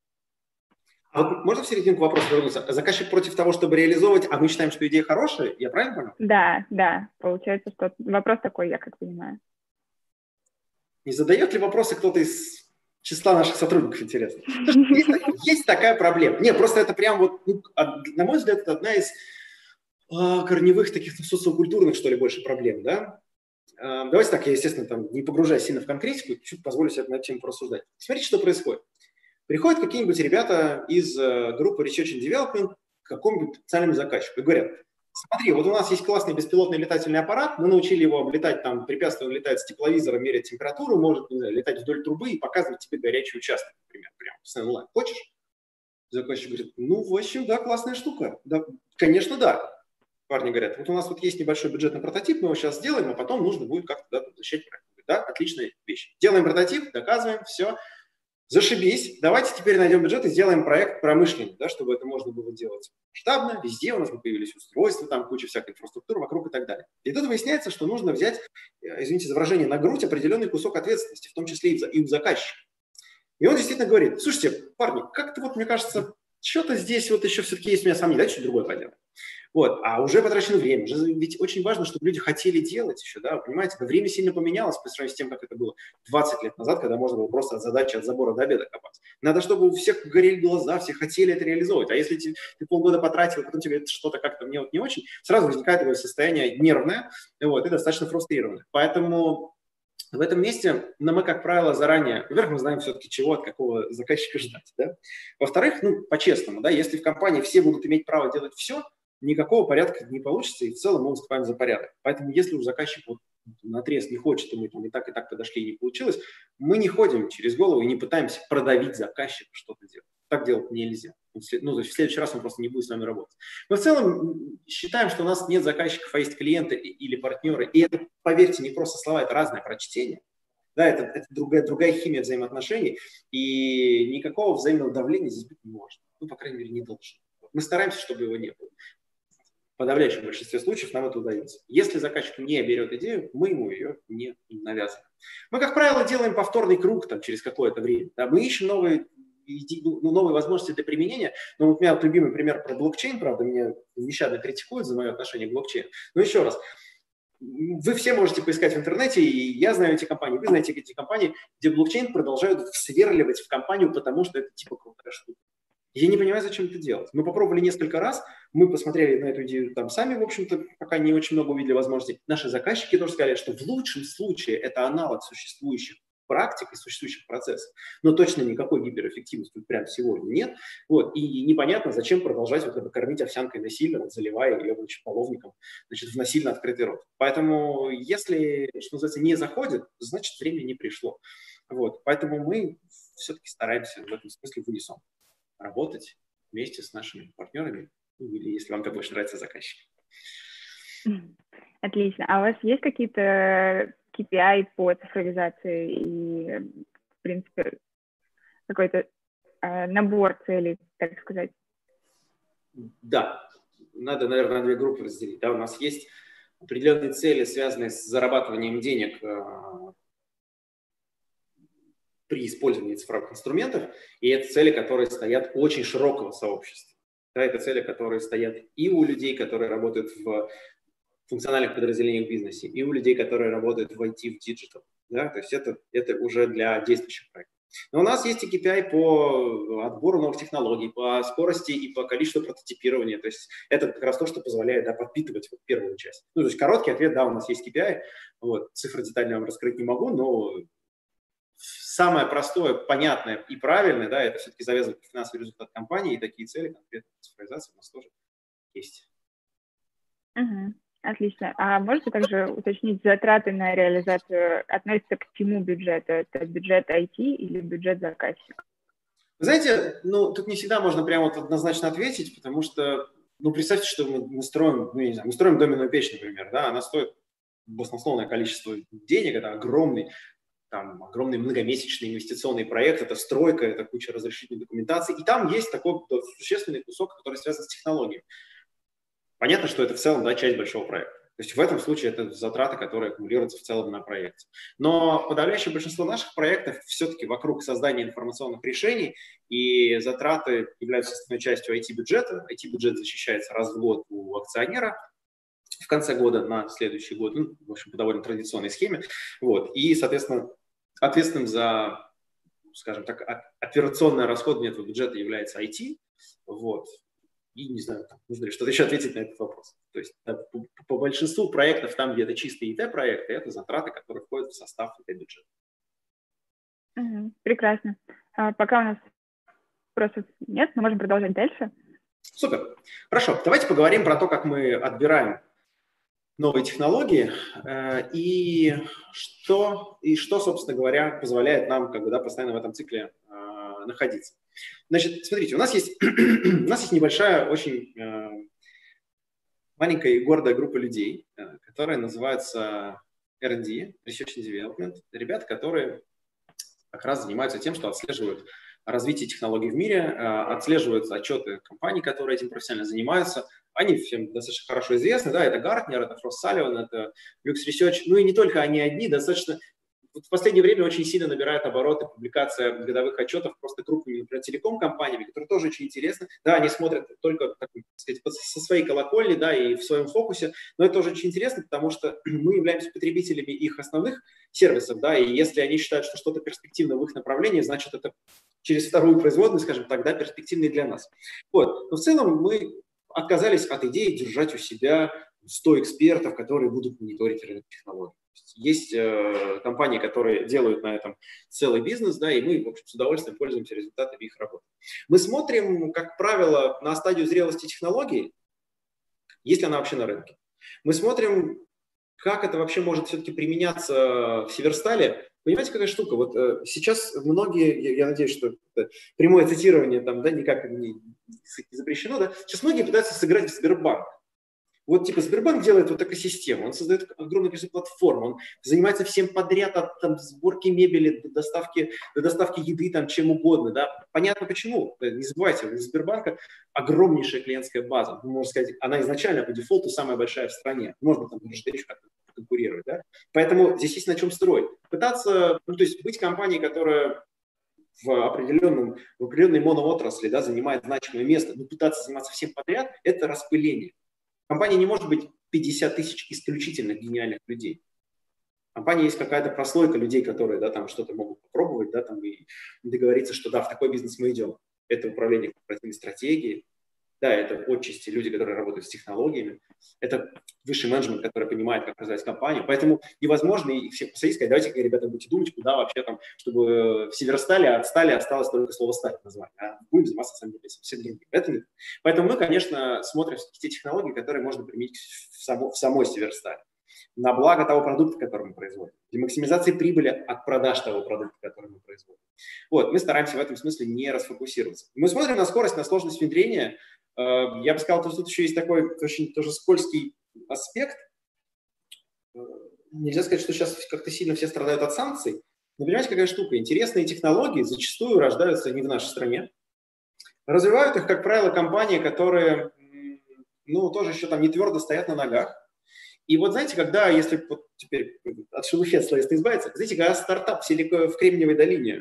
А вот можно в серединку вопроса вернуться? Заказчик против того, чтобы реализовывать, а мы считаем, что идея хорошая? Я правильно понял? Да, да. Получается, что вопрос такой, я как понимаю. Не задает ли вопросы кто-то из числа наших сотрудников, интересно? Есть, есть такая проблема. Нет, просто это прям вот, ну, на мой взгляд, это одна из а, корневых таких социокультурных, что ли, больше проблем, да? А, давайте так, я, естественно, там, не погружаясь сильно в конкретику, чуть позволю себе на эту тему порассуждать. Смотрите, что происходит. Приходят какие-нибудь ребята из uh, группы Research and Development к какому-нибудь специальному заказчику и говорят: смотри, вот у нас есть классный беспилотный летательный аппарат, мы научили его облетать, там, препятственно летать с тепловизора, мерять температуру, может, не знаю, летать вдоль трубы и показывать тебе горячий участок, например, прямо с онлайн. Хочешь? Заказчик говорит: ну, в общем, да, классная штука. Да, конечно, да. Парни говорят: вот у нас вот есть небольшой бюджетный прототип, мы его сейчас сделаем, а потом нужно будет как-то, да, защищать проект. Да, отличная вещь. Делаем прототип, доказываем, все. Зашибись, давайте теперь найдем бюджет и сделаем проект промышленный, да, чтобы это можно было делать масштабно, везде у нас появились устройства, там куча всякой инфраструктуры вокруг и так далее. И тут выясняется, что нужно взять, извините за выражение, на грудь определенный кусок ответственности, в том числе и у заказчика. И он действительно говорит: слушайте, парни, как-то вот, мне кажется, что-то здесь вот еще все-таки есть у меня сомнения, давайте что-то другое поделаем. Вот, а уже потрачено время, уже, ведь очень важно, чтобы люди хотели делать еще, да, понимаете, это время сильно поменялось по сравнению с тем, как это было двадцать лет назад, когда можно было просто от задачи, от забора до обеда копать. Надо, чтобы у всех горели глаза, все хотели это реализовывать, а если ты, ты полгода потратил, и потом тебе что-то как-то мне вот не очень, сразу возникает такое состояние нервное, вот, и достаточно фрустрированное. Поэтому в этом месте, но мы, как правило, заранее, во-первых, мы знаем все-таки, чего от какого заказчика ждать, да? Во-вторых, ну, по-честному, да, если в компании все будут иметь право делать все, никакого порядка не получится, и в целом мы выступаем за порядок. Поэтому если уж заказчик вот наотрез не хочет, и мы там и так, и так подошли, и не получилось, мы не ходим через голову и не пытаемся продавить заказчика что-то делать. Так делать нельзя. Ну, то есть в следующий раз он просто не будет с нами работать. Мы в целом считаем, что у нас нет заказчиков, а есть клиенты или партнеры. И это, поверьте, не просто слова, это разное прочтение. Да, это, это другая, другая химия взаимоотношений, и никакого взаимного давления здесь быть не может. Ну, по крайней мере, не должно. Мы стараемся, чтобы его не было. В подавляющем большинстве случаев нам это удается. Если заказчик не берет идею, мы ему ее не навязываем. Мы, как правило, делаем повторный круг там, через какое-то время. Да, мы ищем новые, ну, новые возможности для применения. Но вот у меня вот любимый пример про блокчейн, правда, меня нещадно критикуют за мое отношение к блокчейну. Но еще раз, вы все можете поискать в интернете, и я знаю эти компании, вы знаете эти компании, где блокчейн продолжают сверливать в компанию, потому что это типа крутая штука. Я не понимаю, зачем это делать. Мы попробовали несколько раз, мы посмотрели на эту идею там сами, в общем-то, пока не очень много увидели возможностей. Наши заказчики тоже сказали, что в лучшем случае это аналог существующих практик и существующих процессов. Но точно никакой гиперэффективности тут прямо сегодня нет. Вот. И непонятно, зачем продолжать вот это кормить овсянкой насильно, заливая ее, значит, половником, значит, в насильно открытый рот. Поэтому если, что называется, не заходит, значит, время не пришло. Вот. Поэтому мы все-таки стараемся в этом смысле в унисон работать вместе с нашими партнерами, ну, или, если вам так больше нравится, заказчики. Отлично. А у вас есть какие-то кей пи ай по цифровизации и, в принципе, какой-то э, набор целей, так сказать? Да. Надо, наверное, на две группы разделить. Да, у нас есть определенные цели, связанные с зарабатыванием денег при использовании цифровых инструментов, и это цели, которые стоят у очень широкого сообщества. Да, это цели, которые стоят и у людей, которые работают в функциональных подразделениях в бизнесе, и у людей, которые работают в ай ти, в диджитал. Да, то есть это, это уже для действующих проектов. Но у нас есть и кей пи ай по отбору новых технологий, по скорости и по количеству прототипирования. То есть это как раз то, что позволяет, да, подпитывать вот первую часть. Ну, то есть короткий ответ, да, у нас есть кей пи ай. Вот, цифры детально вам раскрыть не могу, но самое простое, понятное и правильное, да, это все-таки завязывать финансовый результат компании, и такие цели, конкретно цифровизация у нас тоже есть. Угу. Отлично. А можете также уточнить, затраты на реализацию относятся к чему бюджету? Это бюджет ай ти или бюджет заказчика? Вы знаете, ну, тут не всегда можно прямо вот однозначно ответить, потому что, ну, представьте, что мы, мы строим, ну, я не знаю, мы строим доменную печь, например, да, она стоит баснословное количество денег, это огромный, там, огромный многомесячный инвестиционный проект, это стройка, это куча разрешительной документации, и там есть такой существенный кусок, который связан с технологией. Понятно, что это в целом, да, часть большого проекта. То есть в этом случае это затраты, которые аккумулируются в целом на проекте. Но подавляющее большинство наших проектов все-таки вокруг создания информационных решений, и затраты являются составной частью ай ти-бюджета. ай ти-бюджет защищается раз в год у акционера в конце года на следующий год, ну, в общем, по довольно традиционной схеме. Вот. И, соответственно, ответственным за, скажем так, операционное расходование этого бюджета является ай ти. Вот. И не знаю, там, нужно ли что-то еще ответить на этот вопрос. То есть да, по, по большинству проектов, там, где это чистые ай ти-проекты, это затраты, которые входят в состав ай ти-бюджета. Угу, прекрасно. А, пока у нас вопросов нет, мы можем продолжать дальше. Супер. Хорошо. Давайте поговорим про то, как мы отбираем новые технологии э, и, что, и что, собственно говоря, позволяет нам как бы, да, постоянно в этом цикле э, находиться. Значит, смотрите, у нас есть, у нас есть небольшая, очень э, маленькая и гордая группа людей, э, которая называется ар энд ди, Research and Development. Ребята, которые как раз занимаются тем, что отслеживают развитие технологий в мире, э, отслеживают отчеты компаний, которые этим профессионально занимаются. Они всем достаточно хорошо известны, да, это Гартнер, это Фрост Салливан, это Люкс Research, ну и не только они одни, достаточно в последнее время очень сильно набирает обороты публикация годовых отчетов просто крупными, например, телеком-компаниями, которые тоже очень интересны. Да, они смотрят только, так сказать, со своей колокольни, да, и в своем фокусе, но это тоже очень интересно, потому что мы являемся потребителями их основных сервисов, да, и если они считают, что что-то перспективно в их направлении, значит, это через вторую производную, скажем так, да, перспективный для нас. Вот. Но в целом мы отказались от идеи держать у себя сто экспертов, которые будут мониторить рынок технологий. Есть э, компании, которые делают на этом целый бизнес, да, и мы, в общем, с удовольствием пользуемся результатами их работы. Мы смотрим, как правило, на стадию зрелости технологии, есть ли она вообще на рынке. Мы смотрим, как это вообще может все-таки применяться в Северстале. Понимаете, какая штука? Вот э, сейчас многие, я, я надеюсь, что это прямое цитирование там, да, никак не, не запрещено, да, сейчас многие пытаются сыграть в Сбербанк. Вот типа Сбербанк делает вот экосистему, он создает огромное количество платформ, он занимается всем подряд, от там, сборки мебели до доставки, до доставки еды, там, чем угодно. Да? Понятно почему. Не забывайте, у Сбербанка огромнейшая клиентская база. Можно сказать, она изначально по дефолту самая большая в стране. Можно там даже еще как-то конкурировать. Да? Поэтому здесь есть на чем строить. Пытаться, ну, то есть быть компанией, которая в, определенном, в определенной моноотрасли, да, занимает значимое место, но пытаться заниматься всем подряд – это распыление. Компания не может быть пятьдесят тысяч исключительно гениальных людей. В компании есть какая-то прослойка людей, которые, да, там что-то могут попробовать, да, там, и договориться, что да, в такой бизнес мы идем. Это управление корпоративной стратегией, да, это отчасти люди, которые работают с технологиями, это высший менеджмент, который понимает, как развивать компанию. Поэтому невозможно и всех посадить, сказать, давайте, ребята, будете думать, куда вообще там, чтобы в Северстале от стали осталось только слово «сталь» назвать, а будем заниматься, на самом деле, всем другим. Это нет. Поэтому мы, конечно, смотрим те технологии, которые можно применить в, само, в самой Северстале на благо того продукта, который мы производим, для максимизации прибыли от продаж того продукта, который мы производим. Вот, мы стараемся в этом смысле не расфокусироваться. Мы смотрим на скорость, на сложность внедрения. Я бы сказал, что тут еще есть такой очень тоже скользкий аспект. Нельзя сказать, что сейчас как-то сильно все страдают от санкций. Но понимаете, какая штука? Интересные технологии зачастую рождаются не в нашей стране. Развивают их, как правило, компании, которые, ну, тоже еще там не твердо стоят на ногах. И вот знаете, когда, если вот теперь от шелухетства, если избавиться, знаете, когда стартап в, Силико... в Кремниевой долине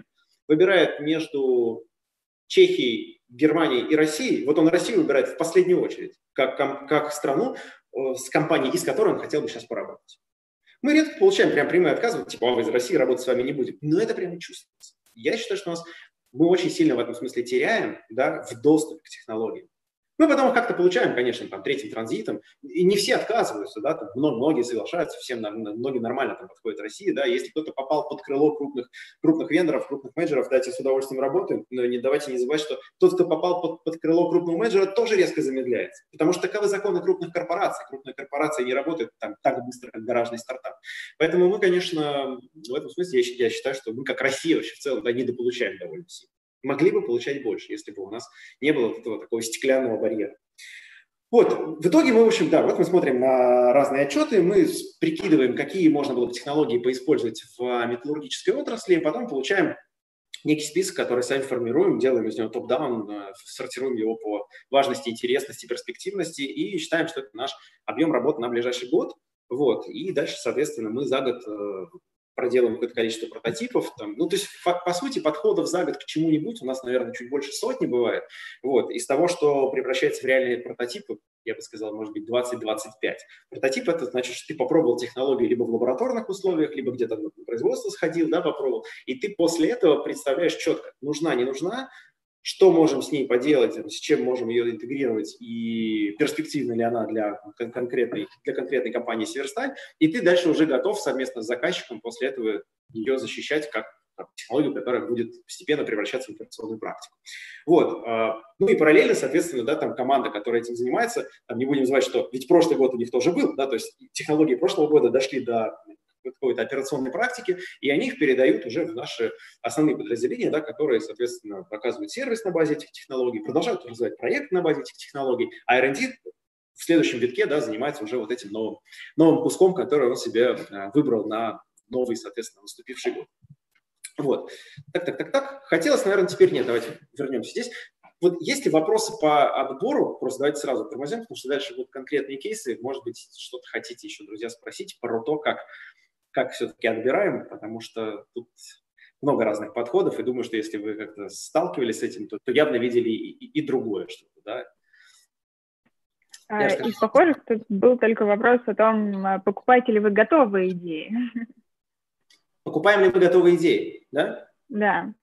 выбирает между Чехией, Германией и Россией, вот он Россию выбирает в последнюю очередь, как, как страну, с компанией, из которой он хотел бы сейчас поработать. Мы редко получаем прям прямые отказы, типа, а, из России работать с вами не будем. Но это прямо чувствуется. Я считаю, что у нас, мы очень сильно в этом смысле теряем, да, в доступе к технологиям. Мы потом их как-то получаем, конечно, там, третьим транзитом, и не все отказываются, да, там, многие соглашаются, всем, многие нормально там подходят России, да, если кто-то попал под крыло крупных, крупных вендоров, крупных менеджеров, давайте с удовольствием работаем, но не, давайте не забывать, что тот, кто попал под, под крыло крупного менеджера, тоже резко замедляется, потому что таковы законы крупных корпораций, крупные корпорации не работают там так быстро, как гаражный стартап. Поэтому мы, конечно, в этом смысле, я, я считаю, что мы как Россия вообще в целом, да, недополучаем довольно сильно. Могли бы получать больше, если бы у нас не было вот этого такого стеклянного барьера. Вот, в итоге мы, в общем, да, вот мы смотрим на разные отчеты, мы прикидываем, какие можно было бы технологии поиспользовать в металлургической отрасли, и потом получаем некий список, который сами формируем, делаем из него топ-даун, сортируем его по важности, интересности, перспективности и считаем, что это наш объем работы на ближайший год. Вот, и дальше, соответственно, мы за год проделаем какое-то количество прототипов. Там, ну, то есть, по, по сути, подходов за год к чему-нибудь у нас, наверное, чуть больше сотни бывает. Вот. Из того, что превращается в реальные прототипы, я бы сказал, может быть, двадцать-двадцать пять. Прототип – это значит, что ты попробовал технологию либо в лабораторных условиях, либо где-то на производство сходил, да, попробовал, и ты после этого представляешь четко, нужна, не нужна, что можем с ней поделать, с чем можем ее интегрировать и перспективна ли она для конкретной, для конкретной компании Северсталь, и ты дальше уже готов совместно с заказчиком после этого ее защищать как технологию, которая будет постепенно превращаться в операционную практику. Вот. Ну и параллельно, соответственно, да, там команда, которая этим занимается, там не будем называть, что ведь прошлый год у них тоже был, да, то есть технологии прошлого года дошли до какой-то операционной практики, и они их передают уже в наши основные подразделения, да, которые, соответственно, показывают сервис на базе этих технологий, продолжают развивать проект на базе этих технологий, а эр энд ди в следующем витке, да, занимается уже вот этим новым, новым куском, который он себе выбрал на новый, соответственно, наступивший год. Вот. Так, так, так, так. Хотелось, наверное, теперь нет. Давайте вернемся здесь. Вот есть ли вопросы по отбору? Просто давайте сразу тормозим, потому что дальше будут конкретные кейсы. Может быть, что-то хотите еще, друзья, спросить про то, как как все-таки отбираем, потому что тут много разных подходов, и думаю, что если вы как-то сталкивались с этим, то, то явно видели и, и, и другое что-то, да. А, из похожих тут был только вопрос о том, покупаете ли вы готовые идеи. Покупаем ли мы готовые идеи, да? Да.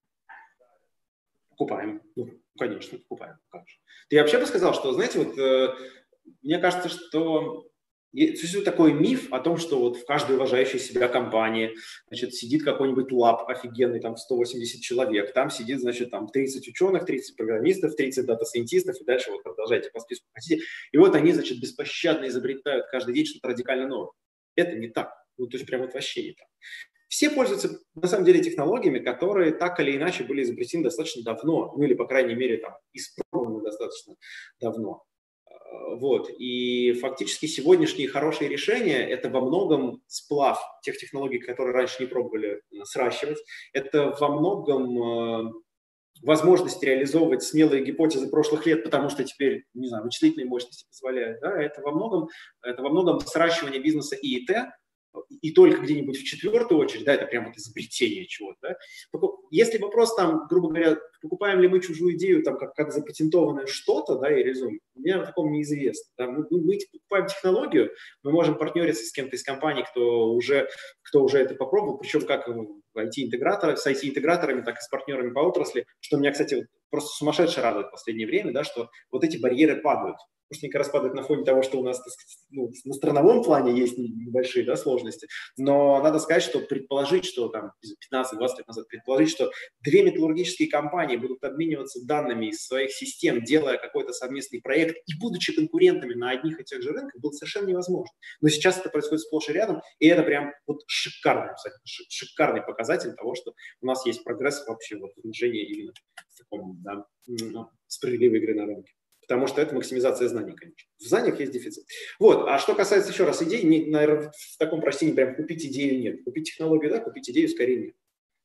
Покупаем, ну, конечно, покупаем. Я вообще бы сказал, что, знаете, вот э, мне кажется, что существует такой миф о том, что вот в каждой уважающей себя компании, значит, сидит какой-нибудь лаб офигенный, там, сто восемьдесят человек, там сидит, значит, там, тридцать ученых, тридцать программистов, тридцать дата-сайентистов, и дальше вот продолжайте по списку хотите. И вот они, значит, беспощадно изобретают каждый день что-то радикально новое. Это не так. Ну, то есть прям вот вообще не так. Все пользуются, на самом деле, технологиями, которые так или иначе были изобретены достаточно давно, ну или, по крайней мере, там, испробованы достаточно давно. Вот. И фактически сегодняшние хорошие решения – это во многом сплав тех технологий, которые раньше не пробовали сращивать. Это во многом э, возможность реализовывать смелые гипотезы прошлых лет, потому что теперь, не знаю, вычислительные мощности позволяют. Да? Это, во многом, это во многом сращивание бизнеса и ИТ, и только где-нибудь в четвертую очередь, да, это прям вот изобретение чего-то. Да? Если вопрос там, грубо говоря, покупаем ли мы чужую идею, там, как, как запатентованное что-то, да, и реализуем, мне о таком неизвестно. Да? Мы, мы покупаем технологию, мы можем партнериться с кем-то из компаний, кто уже, кто уже это попробовал, причем как ай ти-интеграторы, с ай ти-интеграторами, так и с партнерами по отрасли, что меня, кстати, просто сумасшедше радует в последнее время, да, что вот эти барьеры падают. Потому что они как раз падают на фоне того, что у нас, так сказать, ну, на страновом плане есть небольшие, да, сложности. Но надо сказать, что предположить, что там пятнадцать-двадцать лет назад, предположить, что две металлургические компании будут обмениваться данными из своих систем, делая какой-то совместный проект и будучи конкурентами на одних и тех же рынках, было совершенно невозможно. Но сейчас это происходит сплошь и рядом, и это прям вот шикарный, шикарный показатель того, что у нас есть прогресс вообще вот в движении именно в таком, да, справедливой игры на рынке. Потому что это максимизация знаний, конечно. В знаниях есть дефицит. Вот. А что касается, еще раз, идей, не, наверное, в таком прочтении прям купить идею нет. Купить технологию, да, купить идею скорее нет.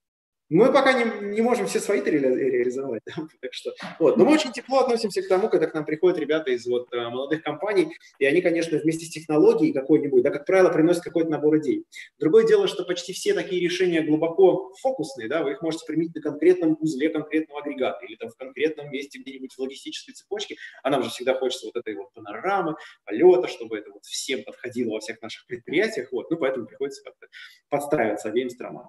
Мы пока не, не можем все свои ре- реализовать, да? Так что, вот. Но мы очень тепло относимся к тому, когда к нам приходят ребята из вот, молодых компаний, и они, конечно, вместе с технологией какой-нибудь, да, как правило, приносят какой-то набор идей. Другое дело, что почти все такие решения глубоко фокусные, да, вы их можете применить на конкретном узле конкретного агрегата или там в конкретном месте где-нибудь в логистической цепочке, а нам же всегда хочется вот этой вот панорамы, полета, чтобы это вот всем подходило во всех наших предприятиях, вот, ну, поэтому приходится как-то подстраиваться обеим сторонам.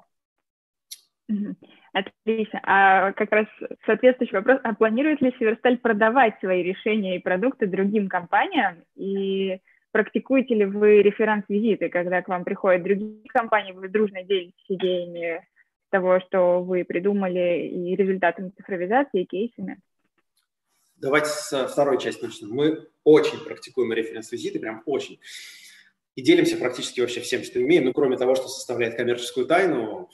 Отлично. А как раз соответствующий вопрос, а планирует ли Северсталь продавать свои решения и продукты другим компаниям? И практикуете ли вы референс-визиты, когда к вам приходят другие компании, вы дружно делитесь идеями того, что вы придумали, и результатами цифровизации, и кейсами? Давайте со второй части начнем. Мы очень практикуем референс-визиты, прям очень. И делимся практически вообще всем, что имеем, ну, кроме того, что составляет коммерческую тайну.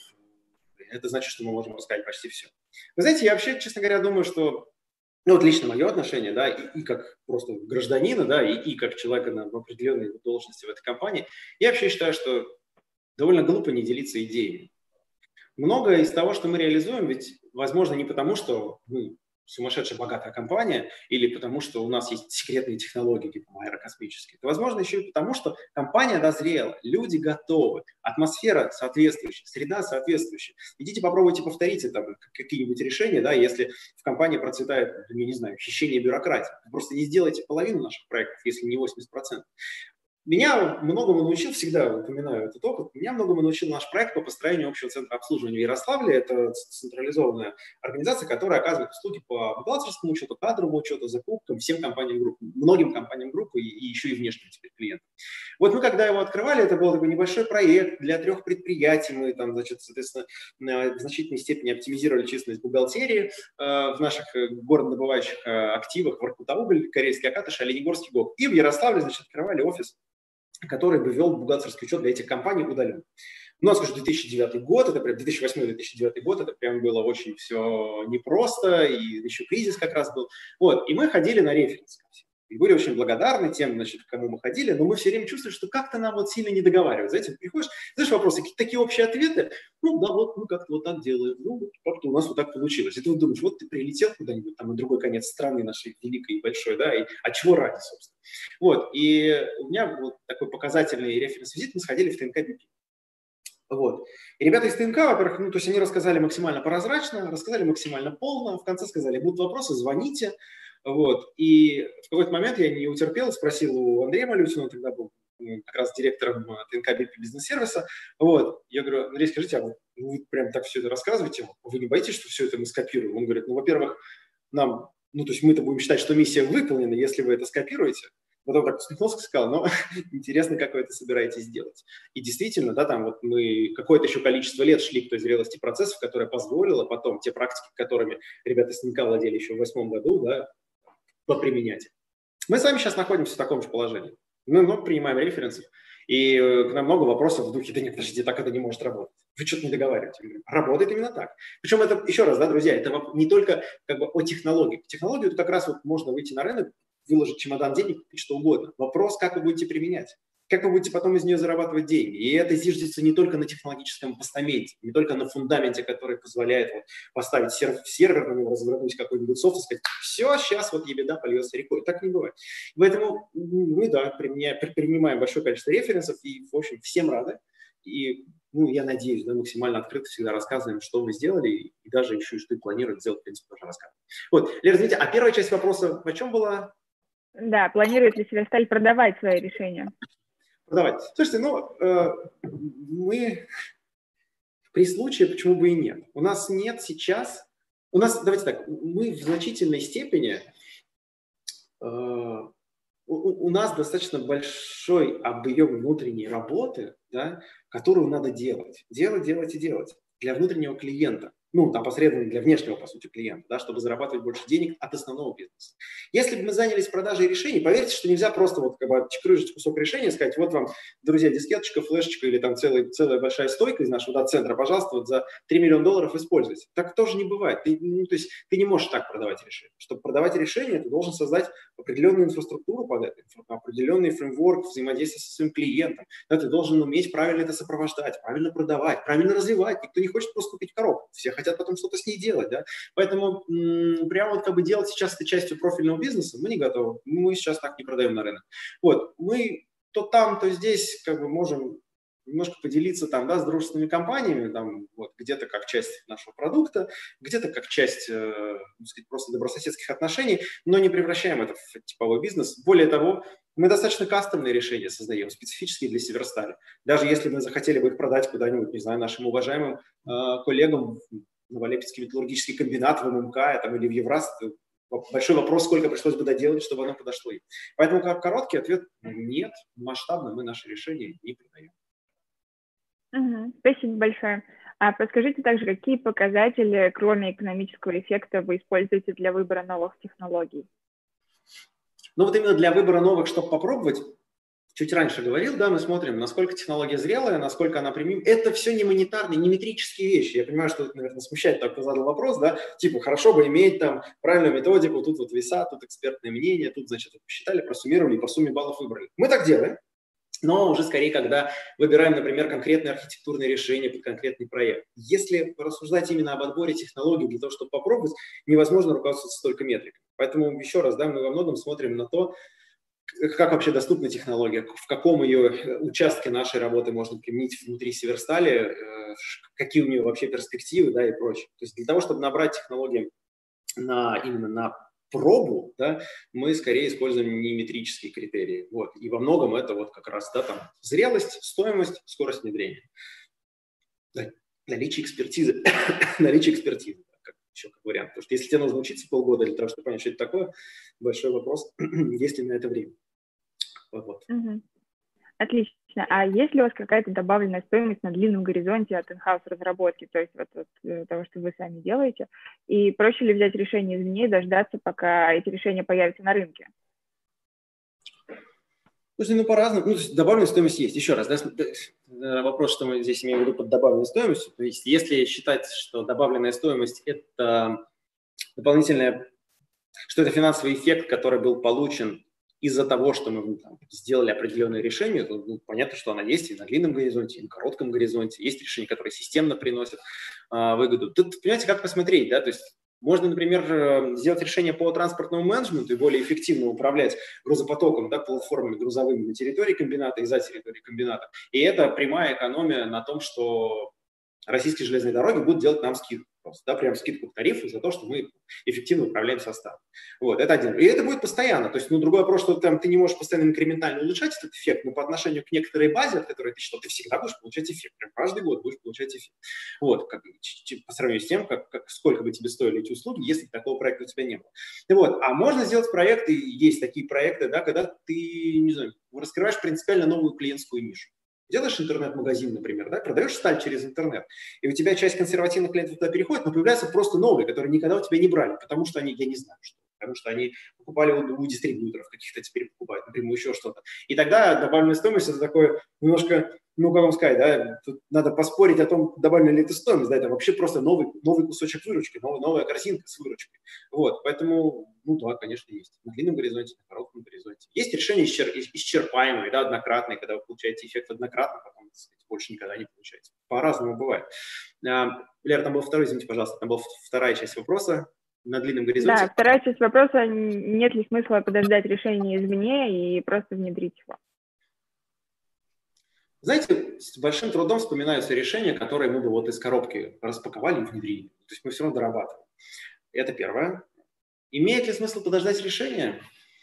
Это значит, что мы можем рассказать почти все. Вы знаете, я вообще, честно говоря, думаю, что, ну вот лично мое отношение, да, и, и как просто гражданина, да, и, и как человека на определенной должности в этой компании, я вообще считаю, что довольно глупо не делиться идеями. Многое из того, что мы реализуем, ведь возможно не потому, что мы сумасшедшая богатая компания или потому, что у нас есть секретные технологии, типа аэрокосмические. Это возможно еще и потому, что компания дозрела, люди готовы, атмосфера соответствующая, среда соответствующая. Идите попробуйте повторить это, какие-нибудь решения, да, если в компании процветает, я не знаю, хищение бюрократии. Вы просто не сделайте половину наших проектов, если не восемьдесят процентов. Меня многому научил, всегда упоминаю этот опыт, меня многому научил наш проект по построению общего центра обслуживания в Ярославле. Это централизованная организация, которая оказывает услуги по бухгалтерскому учету, кадровому учету, закупкам, всем компаниям группы, многим компаниям группы и, и еще и внешним теперь клиентам. Вот мы, когда его открывали, это был такой небольшой проект для трех предприятий. Мы там, значит, соответственно, в значительной степени оптимизировали численность бухгалтерии э, в наших горнодобывающих э, активах: Воркута-Уголь, Карельский Акатыш, Оленегорский ГОК. И в Ярославле, значит, открывали офис, который бы вел бухгалтерский учет для этих компаний удаленно. У нас уже две тысячи девятый год, это прям две тысячи восьмой — две тысячи девятый год, это прям было очень все непросто, и еще кризис как раз был. Вот, и мы ходили на референс. И были очень благодарны тем, значит, к кому мы ходили, но мы все время чувствовали, что как-то нам вот сильно не договаривают. Знаете, приходишь, знаешь, вопросы, какие-то такие общие ответы, ну да, вот мы как-то вот так делаем, ну как-то у нас вот так получилось. И ты вот думаешь, вот ты прилетел куда-нибудь там на другой конец страны нашей великой и большой, да, и а чего ради, собственно. Вот, и у меня вот такой показательный референс-визит, мы сходили в ТНК Би Пи. Вот. И ребята из ТНК, во-первых, ну, то есть они рассказали максимально прозрачно, рассказали максимально полно, в конце сказали, будут вопросы, звоните. Вот. И в какой-то момент я не утерпел, спросил у Андрея Малютина, он тогда был как раз директором ТНК Би Пи бизнес-сервиса. Вот. Я говорю: Андрей, скажите, а вы прям так все это рассказываете? Вы не боитесь, что все это мы скопируем? Он говорит: ну, во-первых, нам, ну, то есть мы-то будем считать, что миссия выполнена, если вы это скопируете. Потом так усмехнулся и сказал: ну, интересно, как вы это собираетесь делать. И действительно, да, там вот мы какое-то еще количество лет шли к той зрелости процессов, которая позволила потом те практики, которыми ребята с ТНК владели еще в восьмом году, да, поприменять. Мы с вами сейчас находимся в таком же положении. Мы много принимаем референсов, и к нам много вопросов в духе: да нет, подождите, так это не может работать. Вы что-то не договариваете. Работает именно так. Причем это, еще раз, да, друзья, это не только как бы о технологии. Технологию это как раз вот можно выйти на рынок, выложить чемодан денег, купить что угодно. Вопрос, как вы будете применять. Как вы будете потом из нее зарабатывать деньги. И это зиждется не только на технологическом постаменте, не только на фундаменте, который позволяет вот поставить сервер, сервер, на него развернуть какой-нибудь софт и сказать: все, сейчас вот ебеда польется рекой. Так не бывает. Поэтому мы, да, применяем, принимаем большое количество референсов и, в общем, всем рады. И, ну, я надеюсь, да, максимально открыто всегда рассказываем, что мы сделали, и даже еще и что планируем сделать, в принципе, тоже рассказываем. Вот, Лера, извините, а первая часть вопроса о чем была? Да, планирует ли Северсталь продавать свои решения? Продавать. Слушайте, ну, э, мы при случае, почему бы и нет. У нас нет сейчас, у нас, давайте так, мы в значительной степени, э, у, у нас достаточно большой объем внутренней работы, да, которую надо делать. Делать, делать и делать для внутреннего клиента. ну, там, посредственно для внешнего, по сути, клиента, да, чтобы зарабатывать больше денег от основного бизнеса. Если бы мы занялись продажей решений, поверьте, что нельзя просто вот как бы отчекрыжить кусок решения и сказать, вот вам, друзья, дискеточка, флешечка или там целый, целая большая стойка из нашего дата-центра, пожалуйста, вот за три миллиона долларов используйте. Так тоже не бывает. Ты, ну, то есть ты не можешь так продавать решения. Чтобы продавать решения, ты должен создать определенную инфраструктуру под это, определенный фреймворк взаимодействия со своим клиентом. Да, ты должен уметь правильно это сопровождать, правильно продавать, правильно развивать. Никто не хочет просто купить коробку. Все хотят потом что-то с ней делать, да. Поэтому м- прямо вот как бы делать сейчас это частью профильного бизнеса мы не готовы. Мы сейчас так не продаем на рынок. Вот, мы то там, то здесь как бы можем немножко поделиться там, да, с дружественными компаниями, там, вот, где-то как часть нашего продукта, где-то как часть, э, так сказать, просто добрососедских отношений, но не превращаем это в типовой бизнес. Более того, мы достаточно кастомные решения создаем, специфические для Северстали. Даже если мы захотели бы их продать куда-нибудь, не знаю, нашим уважаемым э, коллегам в Новолепецкий металлургический комбинат, в ММК там, или в Евраз, большой вопрос, сколько пришлось бы доделать, чтобы оно подошло им. Поэтому как короткий ответ – нет, масштабно мы наши решения не продаем. Угу. Спасибо большое. А подскажите также, какие показатели, кроме экономического эффекта, вы используете для выбора новых технологий? Ну вот именно для выбора новых, чтобы попробовать, чуть раньше говорил, да, мы смотрим, насколько технология зрелая, насколько она применима. Это все не монетарные, не метрические вещи. Я понимаю, что это, наверное, смущает, так кто задал вопрос, да, типа, хорошо бы иметь там правильную методику, тут вот веса, тут экспертное мнение, тут, значит, посчитали, просуммировали и по сумме баллов выбрали. Мы так делаем. Но уже скорее, когда выбираем, например, конкретные архитектурные решения под конкретный проект. Если рассуждать именно об отборе технологий для того, чтобы попробовать, невозможно руководствоваться только метриками. Поэтому еще раз, да, мы во многом смотрим на то, как вообще доступна технология, в каком ее участке нашей работы можно применить внутри Северстали, какие у нее вообще перспективы, да, и прочее. То есть для того, чтобы набрать технологии на, именно на пробу, да, мы скорее используем не метрические критерии. Вот. И во многом это вот как раз, да, там, зрелость, стоимость, скорость внедрения. Да, наличие экспертизы. наличие экспертизы, как, еще как вариант. Потому что если тебе нужно учиться полгода для того, чтобы понять, что это такое, большой вопрос, есть ли на это время. Вот. Угу. Отлично. А есть ли у вас какая-то добавленная стоимость на длинном горизонте от in-house разработки, то есть вот от того, что вы сами делаете? И проще ли взять решение извне и дождаться, пока эти решения появятся на рынке? Слушайте, ну по-разному. Ну, добавленная стоимость есть. Еще раз, да, вопрос, что мы здесь имеем в виду под добавленной стоимостью. То есть если считать, что добавленная стоимость – это дополнительная, что это финансовый эффект, который был получен из-за того, что мы там, сделали определенное решение, то ну, понятно, что она есть и на длинном горизонте, и на коротком горизонте. Есть решения, которые системно приносят а, выгоду. Тут, понимаете, как посмотреть, да, то есть можно, например, сделать решение по транспортному менеджменту и более эффективно управлять грузопотоком, да, платформами грузовыми на территории комбината и за территорией комбината. И это прямая экономия на том, что российские железные дороги будут делать нам скидку. Просто, да, прям скидку к тарифу за то, что мы эффективно управляем составом. Вот, это один. И это будет постоянно. То есть, ну, другой вопрос, что там, ты не можешь постоянно инкрементально улучшать этот эффект, но по отношению к некоторой базе, от которой ты считал, ты всегда будешь получать эффект. Прям каждый год будешь получать эффект. Вот, как, по сравнению с тем, как, как, сколько бы тебе стоили эти услуги, если такого проекта у тебя не было. И вот, а можно сделать проекты, есть такие проекты, да, когда ты, не знаю, раскрываешь принципиально новую клиентскую нишу. Делаешь интернет-магазин, например, да, продаешь сталь через интернет, и у тебя часть консервативных клиентов туда переходит, но появляются просто новые, которые никогда у тебя не брали, потому что они, я не знаю, что, потому что они покупали у, у дистрибьюторов каких-то, теперь покупают напрямую еще что-то. И тогда добавленная стоимость – это такое немножко, ну, как вам сказать, да, тут надо поспорить о том, добавлена ли это стоимость, да, это вообще просто новый, новый кусочек выручки, новая, новая корзинка с выручкой. Вот, поэтому, ну да, конечно, есть. На длинном горизонте, на коротком горизонте. Есть решения исчер, исчерпаемые, да, однократные, когда вы получаете эффект однократно, потом, так сказать, больше никогда не получается. По-разному бывает. А, Лера, там был второй, извините, пожалуйста, там была вторая часть вопроса. На длинном горизонте. Да, вторая часть вопроса, нет ли смысла подождать решение извне и просто внедрить его? Знаете, с большим трудом вспоминаются решения, которые мы бы вот из коробки распаковали и внедрили. То есть мы все равно дорабатываем. Это первое. Имеет ли смысл подождать решения?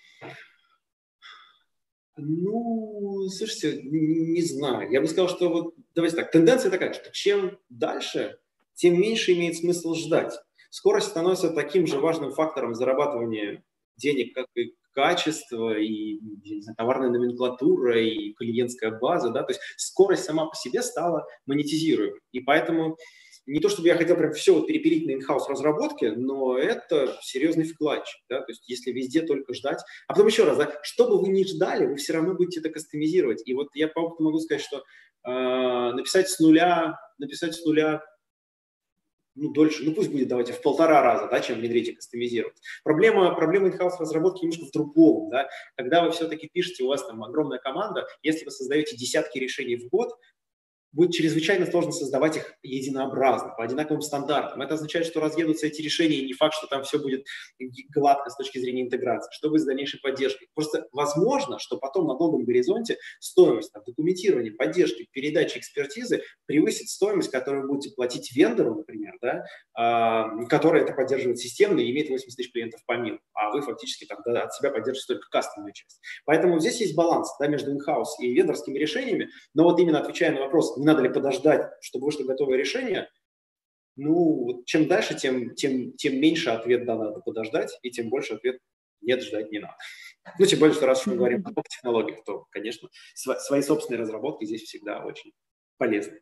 Ну, слушайте, не знаю. Я бы сказал, что вот, давайте так, тенденция такая, что чем дальше, тем меньше имеет смысл ждать. Скорость становится таким же важным фактором зарабатывания денег, как и качество, и не знаю, товарная номенклатура, и клиентская база. Да? То есть скорость сама по себе стала монетизируемой. И поэтому не то чтобы я хотел прям все вот перепилить на in-house разработке, но это серьезный вкладчик, да, то есть если везде только ждать, а потом еще раз, да, что бы вы ни ждали, вы все равно будете это кастомизировать. И вот я по опыту могу сказать, что э, написать с нуля, написать с нуля ну, дольше, ну, пусть будет, давайте, в полтора раза, да, чем внедрить и кастомизировать. Проблема, проблема in-house разработки немножко в другом, да, когда вы все-таки пишете, у вас там огромная команда, если вы создаете десятки решений в год, будет чрезвычайно сложно создавать их единообразно, по одинаковым стандартам. Это означает, что разъедутся эти решения, и не факт, что там все будет гладко с точки зрения интеграции. Что будет с дальнейшей поддержкой? Просто возможно, что потом на долгом горизонте стоимость там, документирования, поддержки, передачи экспертизы превысит стоимость, которую вы будете платить вендору, например, да, э, который это поддерживает системно и имеет восемьдесят тысяч клиентов по миру, а вы фактически там, да, от себя поддерживаете только кастомную часть. Поэтому здесь есть баланс, да, между in-house и вендорскими решениями, но вот именно отвечая на вопрос, не надо ли подождать, чтобы вышло готовое решение, ну, чем дальше, тем, тем, тем меньше ответ да, надо подождать, и тем больше ответ нет, ждать не надо. Ну, тем более, что раз уж мы говорим о технологиях, то, конечно, свои собственные разработки здесь всегда очень полезны.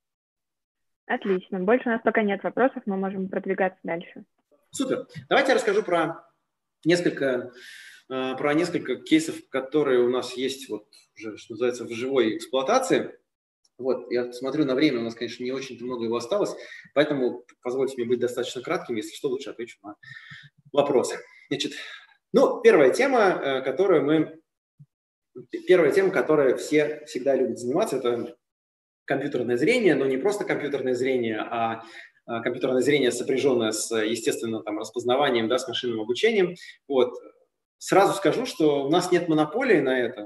Отлично. Больше у нас пока нет вопросов, мы можем продвигаться дальше. Супер. Давайте я расскажу про несколько, про несколько кейсов, которые у нас есть, вот, уже, что называется, в живой эксплуатации. Вот, я смотрю на время, у нас, конечно, не очень-то много его осталось, поэтому позвольте мне быть достаточно кратким, если что, лучше отвечу на вопросы. Значит, ну, первая тема, которую мы, первая тема, которой все всегда любят заниматься, это компьютерное зрение, но не просто компьютерное зрение, а компьютерное зрение, сопряженное с, естественно, там, распознаванием, да, с машинным обучением. Вот. Сразу скажу, что у нас нет монополии на это.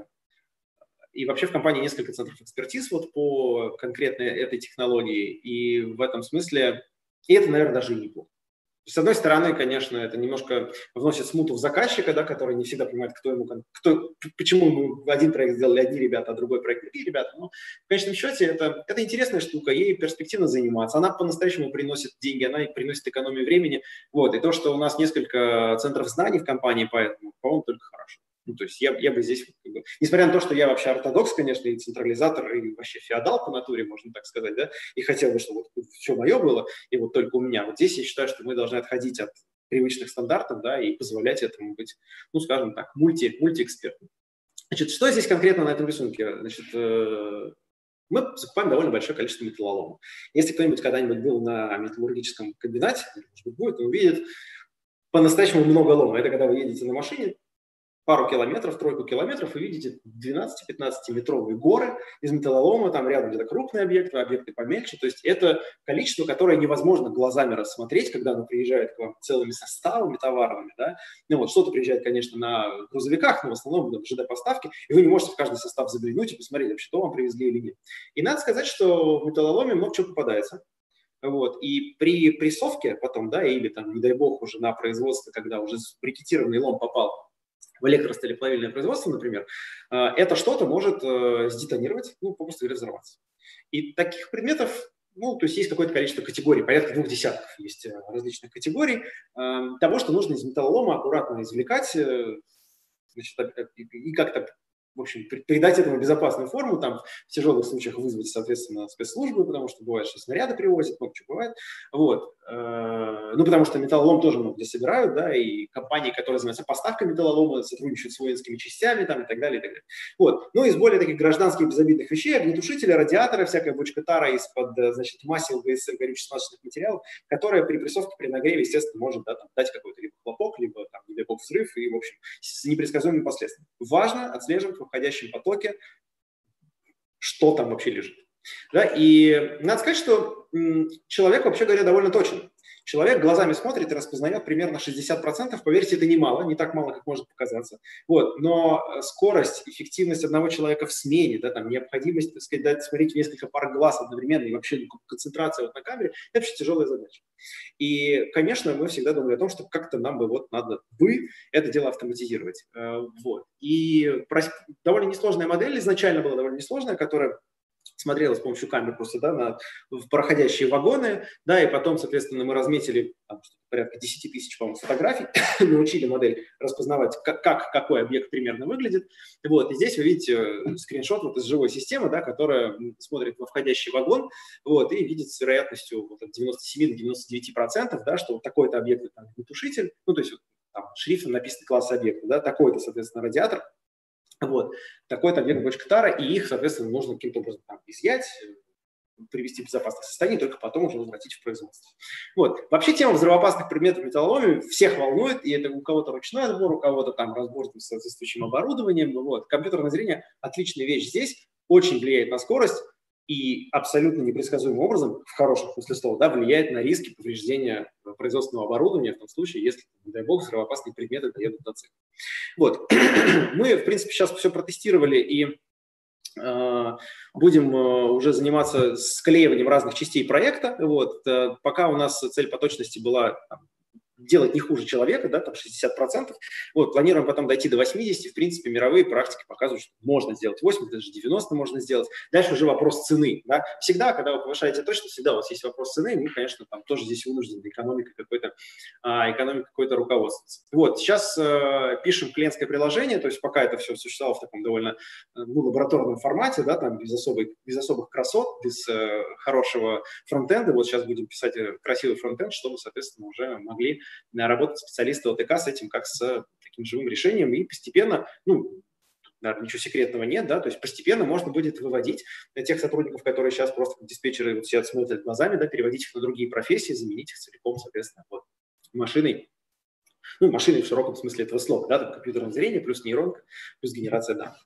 И вообще в компании несколько центров экспертиз вот по конкретной этой технологии. И в этом смысле, и это, наверное, даже и неплохо. С одной стороны, конечно, это немножко вносит смуту в заказчика, да, который не всегда понимает, кто ему, кто, почему мы один проект сделали одни ребята, а другой проект другие ребята. Но в конечном счете это, это интересная штука, ей перспективно заниматься. Она по-настоящему приносит деньги, она приносит экономию времени. Вот. И то, что у нас несколько центров знаний в компании, поэтому, по-моему, только хорошо. Ну, то есть я, я бы здесь, как бы, несмотря на то, что я вообще ортодокс, конечно, и централизатор, и вообще феодал по натуре, можно так сказать, да, и хотел бы, чтобы вот все мое было, и вот только у меня. Вот здесь я считаю, что мы должны отходить от привычных стандартов, да, и позволять этому быть, ну, скажем так, мульти, мультиэкспертным. Значит, что здесь конкретно на этом рисунке? Значит, э, мы закупаем довольно большое количество металлолома. Если кто-нибудь когда-нибудь был на металлургическом комбинате, может быть, будет, он увидит по-настоящему много лома. Это когда вы едете на машине, пару километров, тройку километров, вы видите двенадцати-пятнадцатиметровые горы из металлолома, там рядом где-то крупные объекты, объекты помельче. То есть это количество, которое невозможно глазами рассмотреть, когда оно приезжает к вам целыми составами товарными. Да? Ну вот что-то приезжает, конечно, на грузовиках, но в основном в ЖД-поставки, и вы не можете в каждый состав заглянуть и посмотреть, вообще, что вам привезли или нет. И надо сказать, что в металлоломе много чего попадается. Вот. И при прессовке потом, да, или там, не дай бог, уже на производство, когда уже брикетированный лом попал в электросталеплавильное производство, например, это что-то может сдетонировать, ну, попросту говоря, взорваться. И таких предметов, ну, то есть есть какое-то количество категорий, порядка двух десятков есть различных категорий того, что нужно из металлолома аккуратно извлекать, значит, и как-то, в общем, придать этому безопасную форму, там в тяжелых случаях вызвать, соответственно, спецслужбы, потому что бывает, что снаряды привозят, много чего бывает. Вот. Ну, потому что металлолом тоже много где собирают, да, и компании, которые занимаются поставкой металлолома, сотрудничают с воинскими частями, там, и так далее, и так далее. Вот. Ну, из более таких гражданских безобидных вещей, огнетушители, радиаторы, всякая бочка тара из-под, значит, масел, ГСР, горюче-смазочных материалов, которая при прессовке, при нагреве, естественно, может, да, там, дать какой-то либо хлопок, либо, там, не дай бог, взрыв, и, в общем, с непредсказуемыми последствиями. Важно отслеживать в входящем потоке, что там вообще лежит. Да? И надо сказать, что м, человек, вообще говоря, довольно точен. Человек глазами смотрит и распознает примерно шестьдесят процентов. Поверьте, это немало, не так мало, как может показаться. Вот. Но скорость, эффективность одного человека в смене, да, там, необходимость, так сказать, да, смотреть в несколько пар глаз одновременно и вообще концентрация вот на камере – это вообще тяжелая задача. И, конечно, мы всегда думали о том, что как-то нам бы вот надо бы это дело автоматизировать. Вот. И довольно несложная модель изначально была довольно несложная, которая смотрела с помощью камер просто, да, на, в проходящие вагоны, да, и потом, соответственно, мы разметили там, порядка десять тысяч, по-моему, фотографий, научили модель распознавать, как, как какой объект примерно выглядит. Вот, и здесь вы видите скриншот вот из живой системы, да, которая смотрит во входящий вагон, вот, и видит с вероятностью вот, от девяноста семи до девяноста девяти процентов, да, что вот такой-то объект там, огнетушитель, ну, то есть вот, там, шрифтом написано класс объекта, да, такой-то, соответственно, радиатор, вот, такой-то объект бочка тара, и их, соответственно, нужно каким-то образом там, изъять, привести в безопасное состояние, только потом уже возвратить в производство. Вот. Вообще тема взрывоопасных предметов металлолома всех волнует, и это у кого-то ручной отбор, у кого-то там разбор с соответствующим оборудованием. Вот. Компьютерное зрение – отличная вещь здесь, очень влияет на скорость и абсолютно непредсказуемым образом, в хорошем смысле слова, да, влияет на риски повреждения производственного оборудования в том случае, если, не дай бог, взрывоопасные предметы доедут до цели. Вот. Мы, в принципе, сейчас все протестировали и будем уже заниматься склеиванием разных частей проекта. Вот. Пока у нас цель по точности была там, делать не хуже человека, да, там шестьдесят процентов. Вот, планируем потом дойти до восьмидесяти. В принципе, мировые практики показывают, что можно сделать восемьдесят, даже девяносто можно сделать. Дальше уже вопрос цены. Да. Всегда, когда вы повышаете точность, всегда у вас есть вопрос цены. Мы, конечно, там тоже здесь вынуждены экономикой какой-то, экономикой какой-то руководствоваться. Вот, сейчас э, пишем клиентское приложение, то есть пока это все существовало в таком довольно ну, лабораторном формате, да, там без, особой, без особых красот, без э, хорошего фронтенда. Вот сейчас будем писать красивый фронтенд, чтобы, соответственно, уже могли работать специалисты ОТК с этим, как с таким живым решением, и постепенно, ну, наверное, ничего секретного нет, да, то есть постепенно можно будет выводить тех сотрудников, которые сейчас просто как диспетчеры вот сидят, смотрят глазами, да, переводить их на другие профессии, заменить их целиком, соответственно, вот, машиной, ну, машиной в широком смысле этого слова, да, там компьютерное зрение плюс нейронка, плюс генерация данных.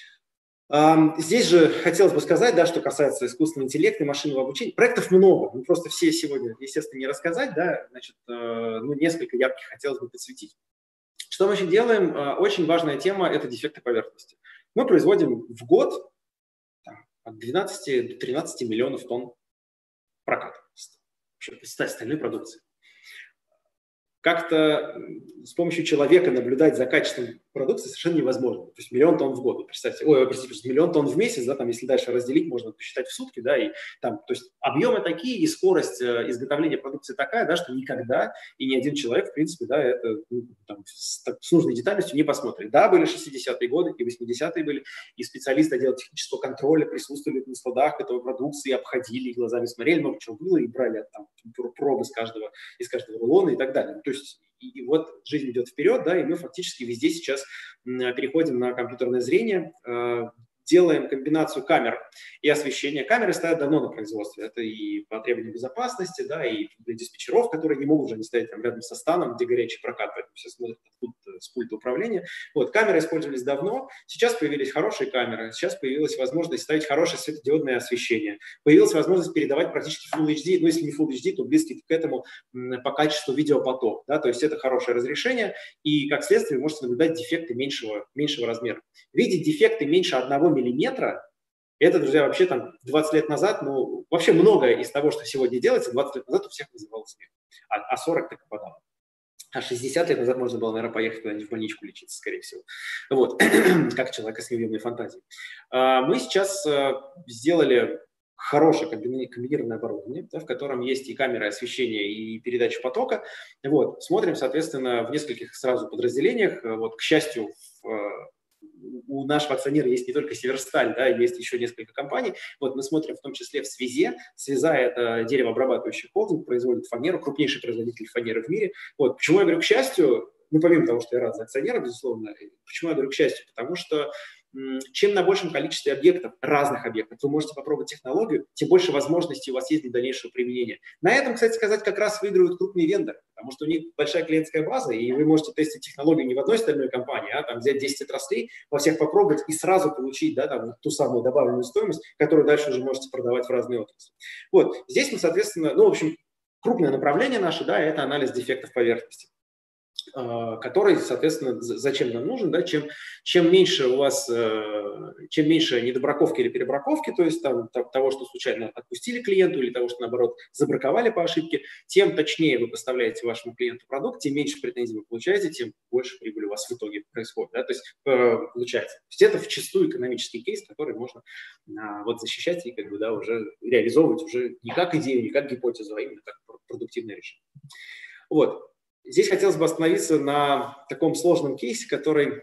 Здесь же хотелось бы сказать, да, что касается искусственного интеллекта и машинного обучения. Проектов много, ну, просто все сегодня, естественно, не рассказать, да, значит, ну, несколько ярких хотелось бы подсветить. Что мы еще делаем? Очень важная тема – это дефекты поверхности. Мы производим в год там, от двенадцати до тринадцати миллионов тонн проката, стальной продукции. Как-то с помощью человека наблюдать за качеством продукции совершенно невозможно. То есть миллион тонн в год, представьте, ой, простите, миллион тонн в месяц, да, там, если дальше разделить, можно посчитать в сутки, да, и там, то есть объемы такие и скорость э, изготовления продукции такая, да, что никогда и ни один человек, в принципе, да, это ну, там, с, с нужной детальностью не посмотрит. Да, были шестидесятые годы, и восьмидесятые были, и специалисты отдела технического контроля присутствовали на складах этого продукции, обходили, глазами смотрели, много чего было, и брали там пробы с каждого, из каждого рулона и так далее. То есть и, и вот жизнь идет вперед, да, и мы фактически везде сейчас переходим на компьютерное зрение, э, делаем комбинацию камер и освещения. Камеры стоят давно на производстве. Это и по требованиям безопасности, да, и для диспетчеров, которые не могут уже не стоять там рядом со станом, где горячий прокат, поэтому все смотрят с пульта управления. Вот, камеры использовались давно, сейчас появились хорошие камеры, сейчас появилась возможность ставить хорошее светодиодное освещение, появилась возможность передавать практически Full эйч ди, ну, если не Full эйч ди, то близкий к этому по качеству видеопоток, да, то есть это хорошее разрешение, и как следствие вы можете наблюдать дефекты меньшего, меньшего размера. Видеть дефекты меньше одного миллиметра, это, друзья, вообще там двадцать лет назад, ну, вообще многое из того, что сегодня делается, двадцать лет назад у всех вызывало смех, а, а сорок так и подало. А шестьдесят лет назад можно было, наверное, поехать куда-нибудь в больничку лечиться, скорее всего. Вот, как человека с неуемной фантазией. Мы сейчас сделали хорошее комбинированное оборудование, да, в котором есть и камеры освещения, и передача потока. Вот, смотрим, соответственно, в нескольких сразу подразделениях. Вот, к счастью, в у нашего акционера есть не только Северсталь, да, есть еще несколько компаний. Вот мы смотрим в том числе в Свезе. Свеза – это деревообрабатывающий холдинг, производит фанеру, крупнейший производитель фанеры в мире. Вот. Почему я говорю к счастью? Ну, помимо того, что я рад за акционера, безусловно. Почему я говорю к счастью? Потому что чем на большем количестве объектов, разных объектов, вы можете попробовать технологию, тем больше возможностей у вас есть для дальнейшего применения. На этом, кстати сказать, как раз выигрывают крупные вендоры, потому что у них большая клиентская база, и вы можете тестить технологию не в одной стальной компании, а там взять десять отраслей, во всех попробовать и сразу получить, да, там, ту самую добавленную стоимость, которую дальше уже можете продавать в разные отрасли. Вот, здесь мы, соответственно, ну, в общем, крупное направление наше, да, это анализ дефектов поверхности. который, соответственно, зачем нам нужен, да, чем, чем меньше у вас, чем меньше недобраковки или перебраковки, то есть там, того, что случайно отпустили клиенту или того, что, наоборот, забраковали по ошибке, тем точнее вы поставляете вашему клиенту продукт, тем меньше претензий вы получаете, тем больше прибыли у вас в итоге происходит, да, то есть получается. То есть это вчастую экономический кейс, который можно а, вот защищать и как бы, да, уже реализовывать уже не как идею, не как гипотезу, а именно как продуктивное решение. Вот. Здесь хотелось бы остановиться на таком сложном кейсе, который,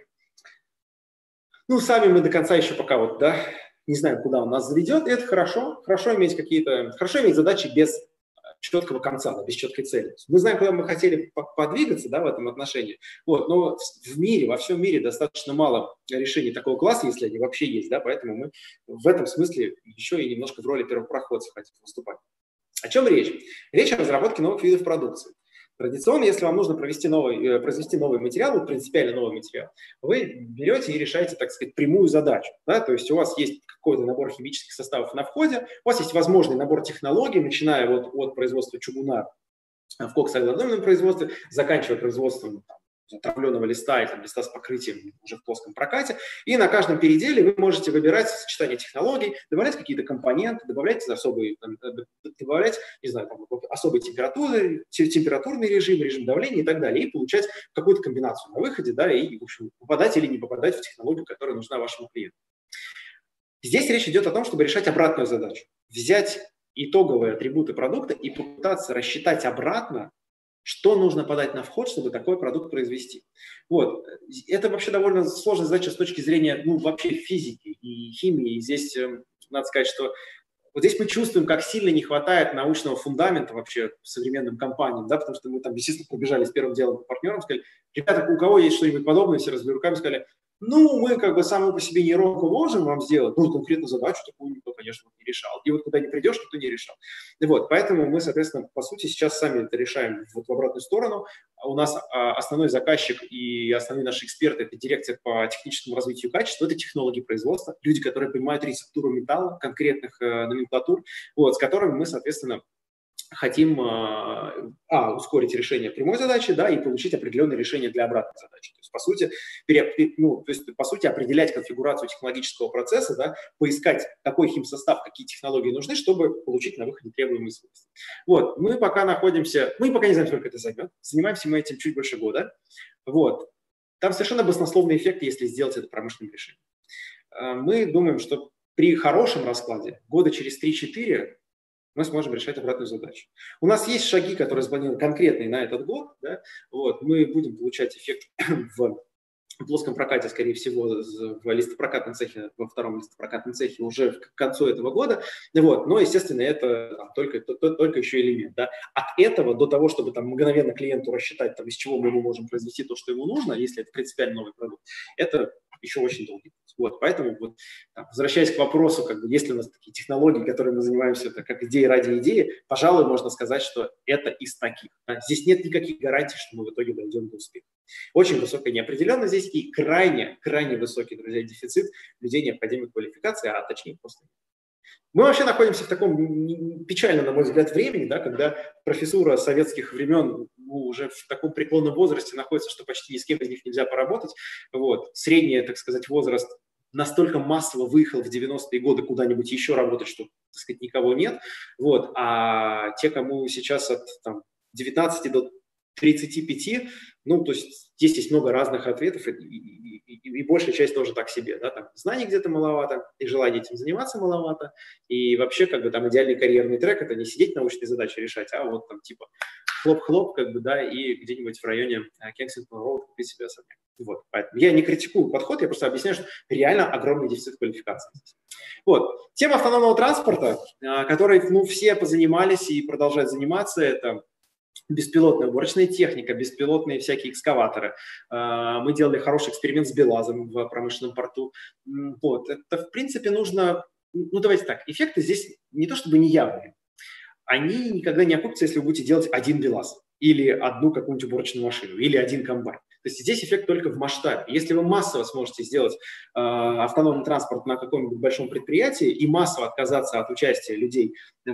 ну, сами мы до конца еще пока вот, да, не знаем, куда он нас заведет, и это хорошо, хорошо иметь какие-то, хорошо иметь задачи без четкого конца, да, без четкой цели. Мы знаем, куда мы хотели подвигаться, да, в этом отношении, вот, но в мире, во всем мире достаточно мало решений такого класса, если они вообще есть, да, поэтому мы в этом смысле еще и немножко в роли первопроходцев хотим выступать. О чем речь? Речь о разработке новых видов продукции. Традиционно, если вам нужно провести новый, произвести новый материал, принципиально новый материал, вы берете и решаете, так сказать, прямую задачу. Да? То есть у вас есть какой-то набор химических составов на входе, у вас есть возможный набор технологий, начиная вот от производства чугуна в коксоаллодомном производстве, заканчивая производством там, отравленного листа и там, листа с покрытием уже в плоском прокате. И на каждом переделе вы можете выбирать сочетание технологий, добавлять какие-то компоненты, добавлять особые, там, добавлять, не знаю, там, особые температуры, температурный режим, режим давления и так далее, и получать какую-то комбинацию на выходе, да, и, в общем, попадать или не попадать в технологию, которая нужна вашему клиенту. Здесь речь идет о том, чтобы решать обратную задачу. Взять итоговые атрибуты продукта и попытаться рассчитать обратно, что нужно подать на вход, чтобы такой продукт произвести. Вот. Это вообще довольно сложная задача с точки зрения, ну, вообще физики и химии. И здесь э, надо сказать, что вот здесь мы чувствуем, как сильно не хватает научного фундамента вообще современным компаниям, да, потому что мы там, естественно, пробежались первым делом по партнерам, сказали, ребята, у кого есть что-нибудь подобное, все развели руками, сказали, ну, мы как бы саму по себе нейронку можем вам сделать, ну, конкретно задачу такую никто, конечно, не решал. И вот куда не придешь, никто не решал. И вот, поэтому мы, соответственно, по сути, сейчас сами это решаем вот в обратную сторону. У нас а, основной заказчик и основные наши эксперты – это дирекция по техническому развитию качества, это технологи производства, люди, которые понимают рецептуру металла, конкретных э, номенклатур, вот, с которыми мы, соответственно, хотим а, ускорить решение прямой задачи, да, и получить определенное решение для обратной задачи. То есть, по сути, пере, ну, то есть, по сути, определять конфигурацию технологического процесса, да, поискать, какой химсостав, какие технологии нужны, чтобы получить на выходе требуемые свойства. Вот, мы пока находимся, мы пока не знаем, сколько это займет, занимаемся мы этим чуть больше года. Вот. Там совершенно баснословный эффект, если сделать это промышленным решением. Мы думаем, что при хорошем раскладе года через три-четыре мы сможем решать обратную задачу. У нас есть шаги, которые спланированы конкретные на этот год. Да? Вот, мы будем получать эффект в плоском прокате, скорее всего, в листопрокатном цехе, во втором листопрокатном цехе уже к концу этого года. Вот. Но, естественно, это там, только, то, только еще элемент. Да? От этого до того, чтобы там, мгновенно клиенту рассчитать, там, из чего мы можем произвести то, что ему нужно, если это принципиально новый продукт, это еще очень долгий путь. Вот, поэтому, вот, там, возвращаясь к вопросу, как бы, есть ли у нас такие технологии, которыми мы занимаемся, это как идеи ради идеи, пожалуй, можно сказать, что это из таких. Да? Здесь нет никаких гарантий, что мы в итоге дойдем до успеха. Очень высокая неопределенность здесь и крайне, крайне высокий, друзья, дефицит людей необходимой квалификации, а точнее просто нет. Мы вообще находимся в таком печальном, на мой взгляд, времени, да, когда профессура советских времен ну, уже в таком преклонном возрасте находится, что почти ни с кем из них нельзя поработать. Вот. Средний, так сказать, возраст настолько массово выехал в девяностые годы куда-нибудь еще работать, что, так сказать, никого нет. Вот. А те, кому сейчас от там, девятнадцати до тридцати пяти, ну, то есть здесь есть много разных ответов, и, и, и, и большая часть тоже так себе, да, там знаний где-то маловато, и желания этим заниматься маловато, и вообще, как бы, там идеальный карьерный трек – это не сидеть научные задачи решать, а вот там, типа, хлоп-хлоп, как бы, да, и где-нибудь в районе Кенсингтон-Роуд купить себе особняк. Вот, поэтому я не критикую подход, я просто объясняю, что реально огромный дефицит квалификации. Вот, тема автономного транспорта, которой, ну, все позанимались и продолжают заниматься, это беспилотная уборочная техника, беспилотные всякие экскаваторы. Мы делали хороший эксперимент с БелАЗом в промышленном порту. Вот. Это, в принципе, нужно... Ну, давайте так, эффекты здесь не то чтобы не явные. Они никогда не окупятся, если вы будете делать один БелАЗ или одну какую-нибудь уборочную машину, или один комбайн. То То есть здесь эффект только в масштабе. Если вы массово сможете сделать э, автономный транспорт на каком-нибудь большом предприятии и массово отказаться от участия людей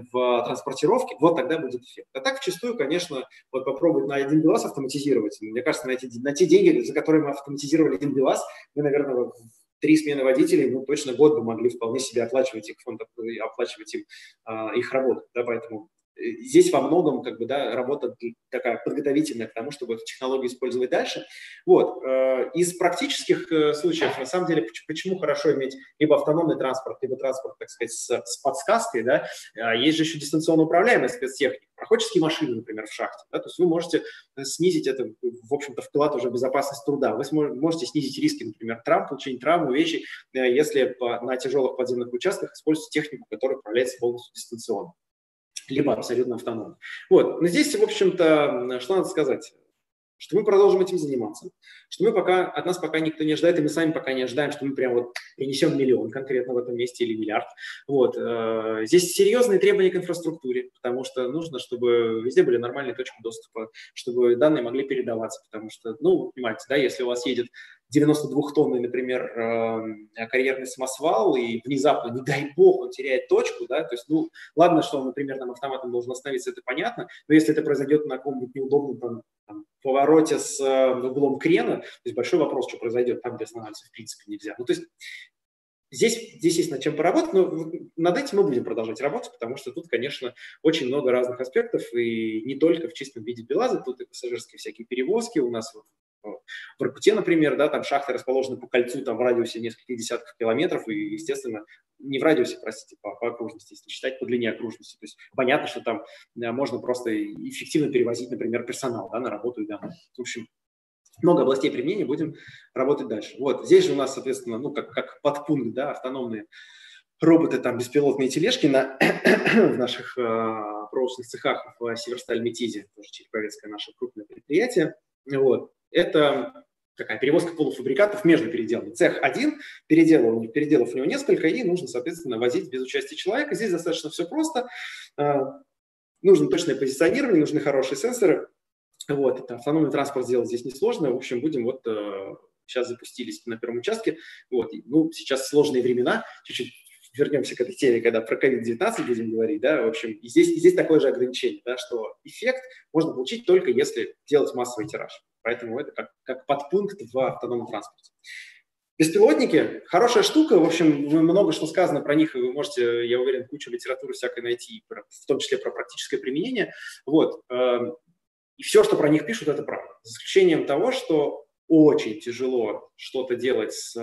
в транспортировке, вот тогда будет эффект. А так вчастую, конечно, вот попробовать на один БелАЗ автоматизировать. Мне кажется, на, эти, на те деньги, за которые мы автоматизировали один БелАЗ, мы, наверное, в три смены водителей, ну, точно год бы могли вполне себе оплачивать их фонд, оплачивать им э, их работу. Да, поэтому здесь во многом как бы, да, работа такая подготовительная к тому, чтобы эту технологию использовать дальше. Вот. Из практических случаев, на самом деле, почему хорошо иметь либо автономный транспорт, либо транспорт, так сказать, с, с подсказкой, да, есть же еще дистанционно управляемая спецтехника, проходческие машины, например, в шахте, да, то есть вы можете снизить это, в общем-то, вклад уже в безопасность труда, вы можете снизить риски, например, травм, получения травм, увечий, если на тяжелых подземных участках используете технику, которая управляется полностью дистанционно, либо абсолютно автономно. Вот. Но здесь, в общем-то, что надо сказать? Что мы продолжим этим заниматься, что мы пока, от нас пока никто не ожидает, и мы сами пока не ожидаем, что мы прям вот принесем миллион конкретно в этом месте или миллиард. Вот. Здесь серьезные требования к инфраструктуре, потому что нужно, чтобы везде были нормальные точки доступа, чтобы данные могли передаваться, потому что, ну, понимаете, да, если у вас едет девяносто двухтонный, например, карьерный самосвал, и внезапно, не дай бог, он теряет точку, да, то есть, ну, ладно, что он, например, там автоматом должен остановиться, это понятно, но если это произойдет на каком-нибудь неудобном там, там, повороте с углом крена, то есть большой вопрос, что произойдет там, где останавливаться в принципе нельзя. Ну, то есть здесь, здесь есть над чем поработать, но над этим мы будем продолжать работать, потому что тут, конечно, очень много разных аспектов, и не только в чистом виде БелАЗа, тут и пассажирские всякие перевозки у нас вот, в Воркуте, например, да, там шахты расположены по кольцу там, в радиусе нескольких десятков километров, и, естественно, не в радиусе, простите, по, по окружности, если считать по длине окружности. То есть понятно, что там да, можно просто эффективно перевозить, например, персонал, да, на работу и домой. В общем, много областей применения, будем работать дальше. Вот, здесь же у нас, соответственно, ну, как, как подпункт, да, автономные роботы, там, беспилотные тележки на, в наших э, проводочных цехах в Северсталь-Метизе, тоже череповецкое наше крупное предприятие. Вот. Это такая перевозка полуфабрикатов между переделами. Цех один, переделов, переделов у него несколько, и нужно, соответственно, возить без участия человека. Здесь достаточно все просто. Нужно точное позиционирование, нужны хорошие сенсоры. Вот, это автономный транспорт сделать здесь несложно. В общем, будем вот сейчас запустились на первом участке. Вот, ну, сейчас сложные времена, чуть-чуть вернемся к этой теме, когда про ковид девятнадцать будем говорить, да, в общем, и здесь, и здесь такое же ограничение, да, что эффект можно получить только если делать массовый тираж. Поэтому это как, как подпункт в автономном транспорте. Беспилотники – хорошая штука, в общем, много что сказано про них, и вы можете, я уверен, кучу литературы всякой найти, в том числе про практическое применение. Вот. И все, что про них пишут, это правда. За исключением того, что очень тяжело что-то делать с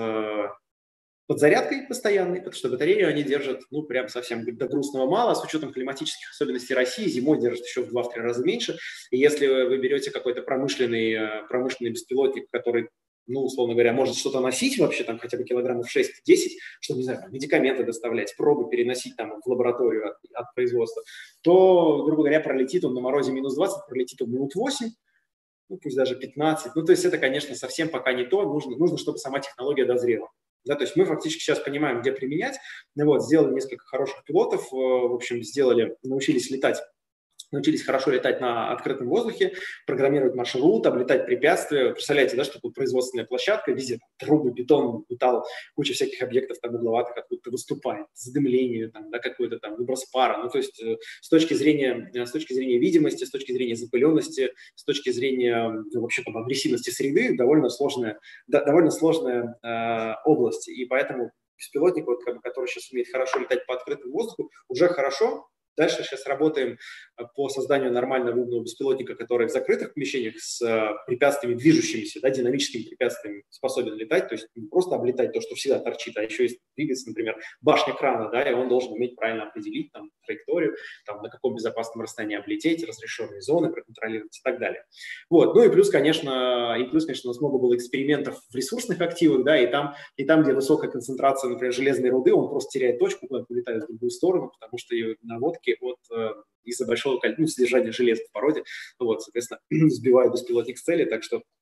подзарядкой постоянной, потому что батарею они держат, ну, прям совсем до грустного мало, с учетом климатических особенностей России, зимой держат еще в два-три раза меньше. И если вы берете какой-то промышленный, промышленный беспилотник, который, ну, условно говоря, может что-то носить вообще, там, хотя бы килограммов шесть-десять, чтобы, не знаю, медикаменты доставлять, пробы переносить там в лабораторию от, от производства, то, грубо говоря, пролетит он на морозе минус двадцать, пролетит он минут восемь, ну, пусть даже пятнадцать. Ну, то есть это, конечно, совсем пока не то, нужно, нужно чтобы сама технология дозрела. Да, то есть мы фактически сейчас понимаем, где применять. Ну, вот, сделали несколько хороших пилотов, в общем, сделали, научились летать, научились хорошо летать на открытом воздухе, программировать маршрут, облетать препятствия. Представляете, да, что тут производственная площадка, везде трубы, бетон, металл, куча всяких объектов там угловатых откуда-то выступает, задымление, там, да, какой-то там выброс пара. Ну, то есть с точки зрения, с точки зрения видимости, с точки зрения запыленности, с точки зрения, ну, вообще там агрессивности среды, довольно сложная, да, довольно сложная э, область. И поэтому беспилотник, вот, как бы, который сейчас умеет хорошо летать по открытому воздуху, уже хорошо. Дальше сейчас работаем по созданию нормального умного беспилотника, который в закрытых помещениях с препятствиями движущимися, да, динамическими препятствиями способен летать, то есть не просто облетать то, что всегда торчит, а еще есть двигаться, например, башня крана, да, и он должен уметь правильно определить там, траекторию, там, на каком безопасном расстоянии облететь, разрешенные зоны проконтролировать и так далее. Вот. Ну и плюс, конечно, и плюс, конечно, у нас много было экспериментов в ресурсных активах, да, и там, и там, где высокая концентрация, например, железной руды, он просто теряет точку, куда-то улетает в другую сторону, потому что ее наводки от э, из-за большого ну, содержания железа в породе, вот, соответственно, сбивают беспилотник с цели, так что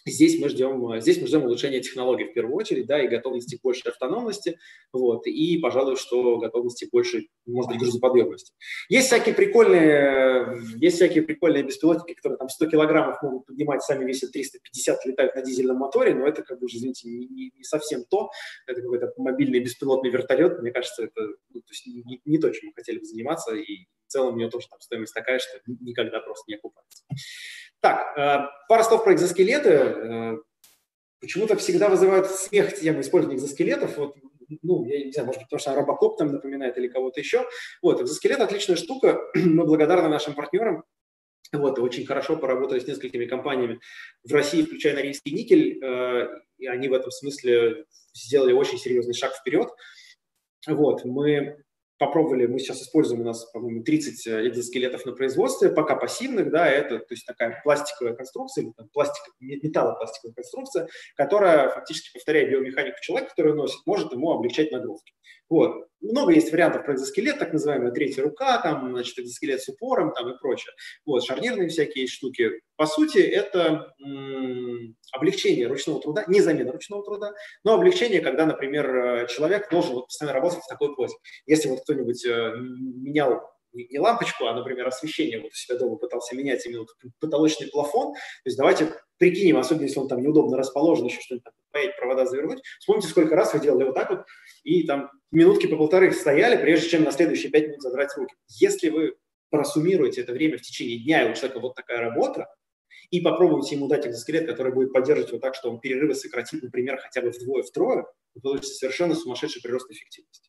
Здесь мы ждем, здесь мы ждем улучшения технологий в первую очередь, да, и готовности к большей автономности, вот, и, пожалуй, что готовности к большей, может быть, грузоподъемности. Есть всякие прикольные, есть всякие прикольные беспилотники, которые там сто килограммов могут поднимать, сами весят триста пятьдесят, летают на дизельном моторе, но это, как бы, извините, не, не, не совсем то. Это какой-то мобильный беспилотный вертолет. Мне кажется, это ну, то есть не, не то, чем мы хотели бы заниматься, и в целом у нее тоже там стоимость такая, что никогда просто не окупается. Так, пара слов про экзоскелеты. Почему-то всегда вызывают смех тема использования экзоскелетов. Вот, ну, я не знаю, может быть, потому что Робокоп там напоминает или кого-то еще. Вот, экзоскелет – отличная штука. Мы благодарны нашим партнерам. Вот, очень хорошо поработали с несколькими компаниями в России, включая Норильский никель. И они в этом смысле сделали очень серьезный шаг вперед. Вот, мы попробовали, мы сейчас используем, у нас, по-моему, тридцать экзоскелетов на производстве, пока пассивных, да, это, то есть такая пластиковая конструкция, или там, пластик, металлопластиковая конструкция, которая фактически, повторяя биомеханику человека, который носит, может ему облегчать нагрузки. Вот. Много есть вариантов про экзоскелет, так называемая третья рука, там, значит, экзоскелет с упором, там, и прочее. Вот, шарнирные всякие есть штуки. По сути, это м- облегчение ручного труда, не замена ручного труда, но облегчение, когда, например, человек должен вот постоянно работать в такой позе. Если вот кто-нибудь э, менял не лампочку, а, например, освещение вот у себя дома пытался менять именно потолочный плафон, то есть давайте прикинем, особенно если он там неудобно расположен, еще что-нибудь паять, провода завернуть, вспомните, сколько раз вы делали вот так вот, и там минутки по полторы стояли, прежде чем на следующие пять минут задрать руки. Если вы просуммируете это время в течение дня, и у человека вот такая работа, и попробуйте ему дать экзоскелет, который будет поддерживать вот так, что он перерывы сократит, например, хотя бы вдвое-втрое, вы получите совершенно сумасшедший прирост эффективности.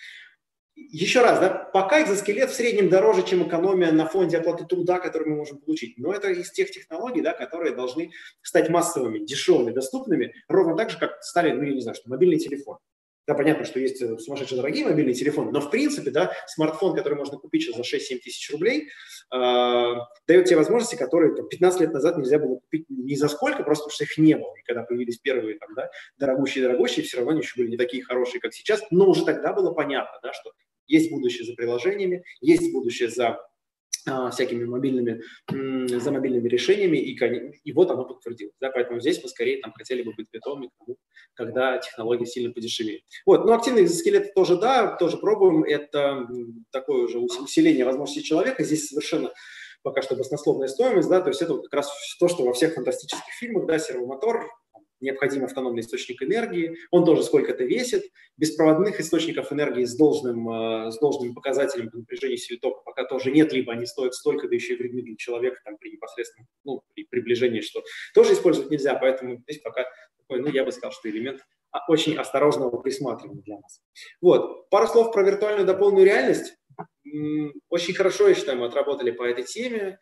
Еще раз, да, пока экзоскелет в среднем дороже, чем экономия на фонде оплаты труда, который мы можем получить. Но это из тех технологий, да, которые должны стать массовыми, дешевыми, доступными, ровно так же, как стали, ну, я не знаю, что мобильный телефон. Да, понятно, что есть сумасшедшие дорогие мобильные телефоны, но в принципе, да, смартфон, который можно купить сейчас за шесть-семь тысяч рублей, э, дает те возможности, которые там, пятнадцать лет назад нельзя было купить ни за сколько, просто потому что их не было. И когда появились первые, там, да, дорогущие-дорогущие, все равно они еще были не такие хорошие, как сейчас, но уже тогда было понятно, да, что есть будущее за приложениями, есть будущее за а, всякими мобильными, м, за мобильными решениями, и, и вот оно подтвердилось. Да? Поэтому здесь мы скорее там, хотели бы быть готовыми к тому, когда технологии сильно подешевеют. Вот. Но активные экзоскелеты тоже, да, тоже пробуем. Это такое уже усиление возможностей человека. Здесь совершенно пока что баснословная стоимость, да, то есть это как раз то, что во всех фантастических фильмах, да, сервомотор, необходим автономный источник энергии, он тоже сколько-то весит. Беспроводных источников энергии с должным, с должным показателем по напряжению силы тока пока тоже нет, либо они стоят столько, да еще и вредны для человека там, при непосредственном, ну, при приближении, что тоже использовать нельзя, поэтому здесь пока такой, ну, я бы сказал, что элемент очень осторожного присматривания для нас. Вот, пару слов про виртуальную дополненную реальность. Очень хорошо, я считаю, мы отработали по этой теме.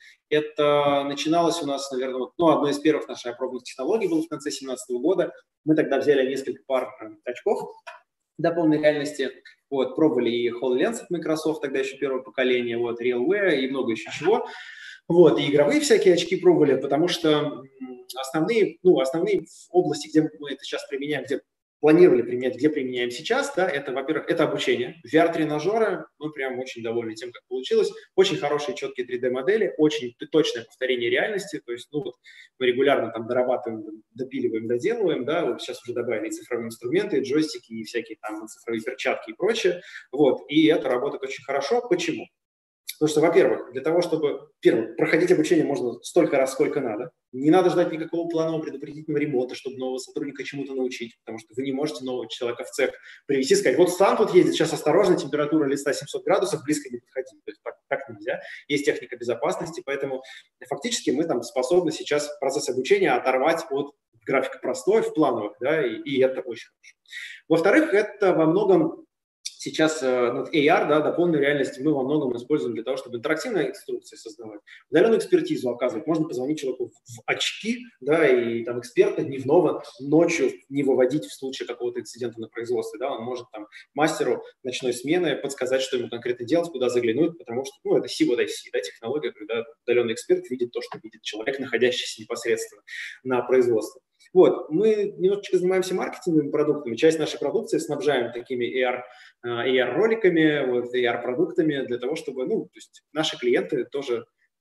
Это начиналось у нас, наверное, ну, одной из первых наших опробных технологий было в конце две тысячи семнадцатого года. Мы тогда взяли несколько пар очков дополненной реальности, вот, пробовали и HoloLens от Microsoft, тогда еще первого поколения, вот, RealWear и много еще чего. Вот, и игровые всякие очки пробовали, потому что основные, ну, основные области, где мы это сейчас применяем, где планировали применять, где применяем сейчас, да, это, во-первых, это обучение. ви ар-тренажеры, мы прям очень довольны тем, как получилось. Очень хорошие, четкие три дэ-модели, очень точное повторение реальности. То есть, ну вот, мы регулярно там дорабатываем, допиливаем, доделываем, да, вот сейчас уже добавили и цифровые инструменты, и джойстики, и всякие там цифровые перчатки и прочее. Вот, и это работает очень хорошо. Почему? Потому что, во-первых, для того, чтобы, первое, проходить обучение можно столько раз, сколько надо. Не надо ждать никакого планового предупредительного ремонта, чтобы нового сотрудника чему-то научить, потому что вы не можете нового человека в цех привести и сказать, вот Стан тут едет, сейчас осторожно, температура листа семьсот градусов, близко не подходить. То есть так, так нельзя. Есть техника безопасности, поэтому фактически мы там способны сейчас процесс обучения оторвать от графика простой в плановых, да, и, и это очень хорошо. Во-вторых, это во многом сейчас ну, эй ар, да, дополненную реальность мы во многом используем для того, чтобы интерактивные инструкции создавать, удаленную экспертизу оказывать. Можно позвонить человеку в очки, да, и там эксперта дневного ночью не выводить в случае какого-то инцидента на производстве, да, он может там мастеру ночной смены подсказать, что ему конкретно делать, куда заглянуть, потому что, ну, это си what I see, да, технология, когда удаленный эксперт видит то, что видит человек, находящийся непосредственно на производстве. Вот, мы немножечко занимаемся маркетинговыми продуктами, часть нашей продукции снабжаем такими эй ар, эй ар-роликами, вот, эй ар-продуктами для того, чтобы, ну, то есть наши клиенты тоже,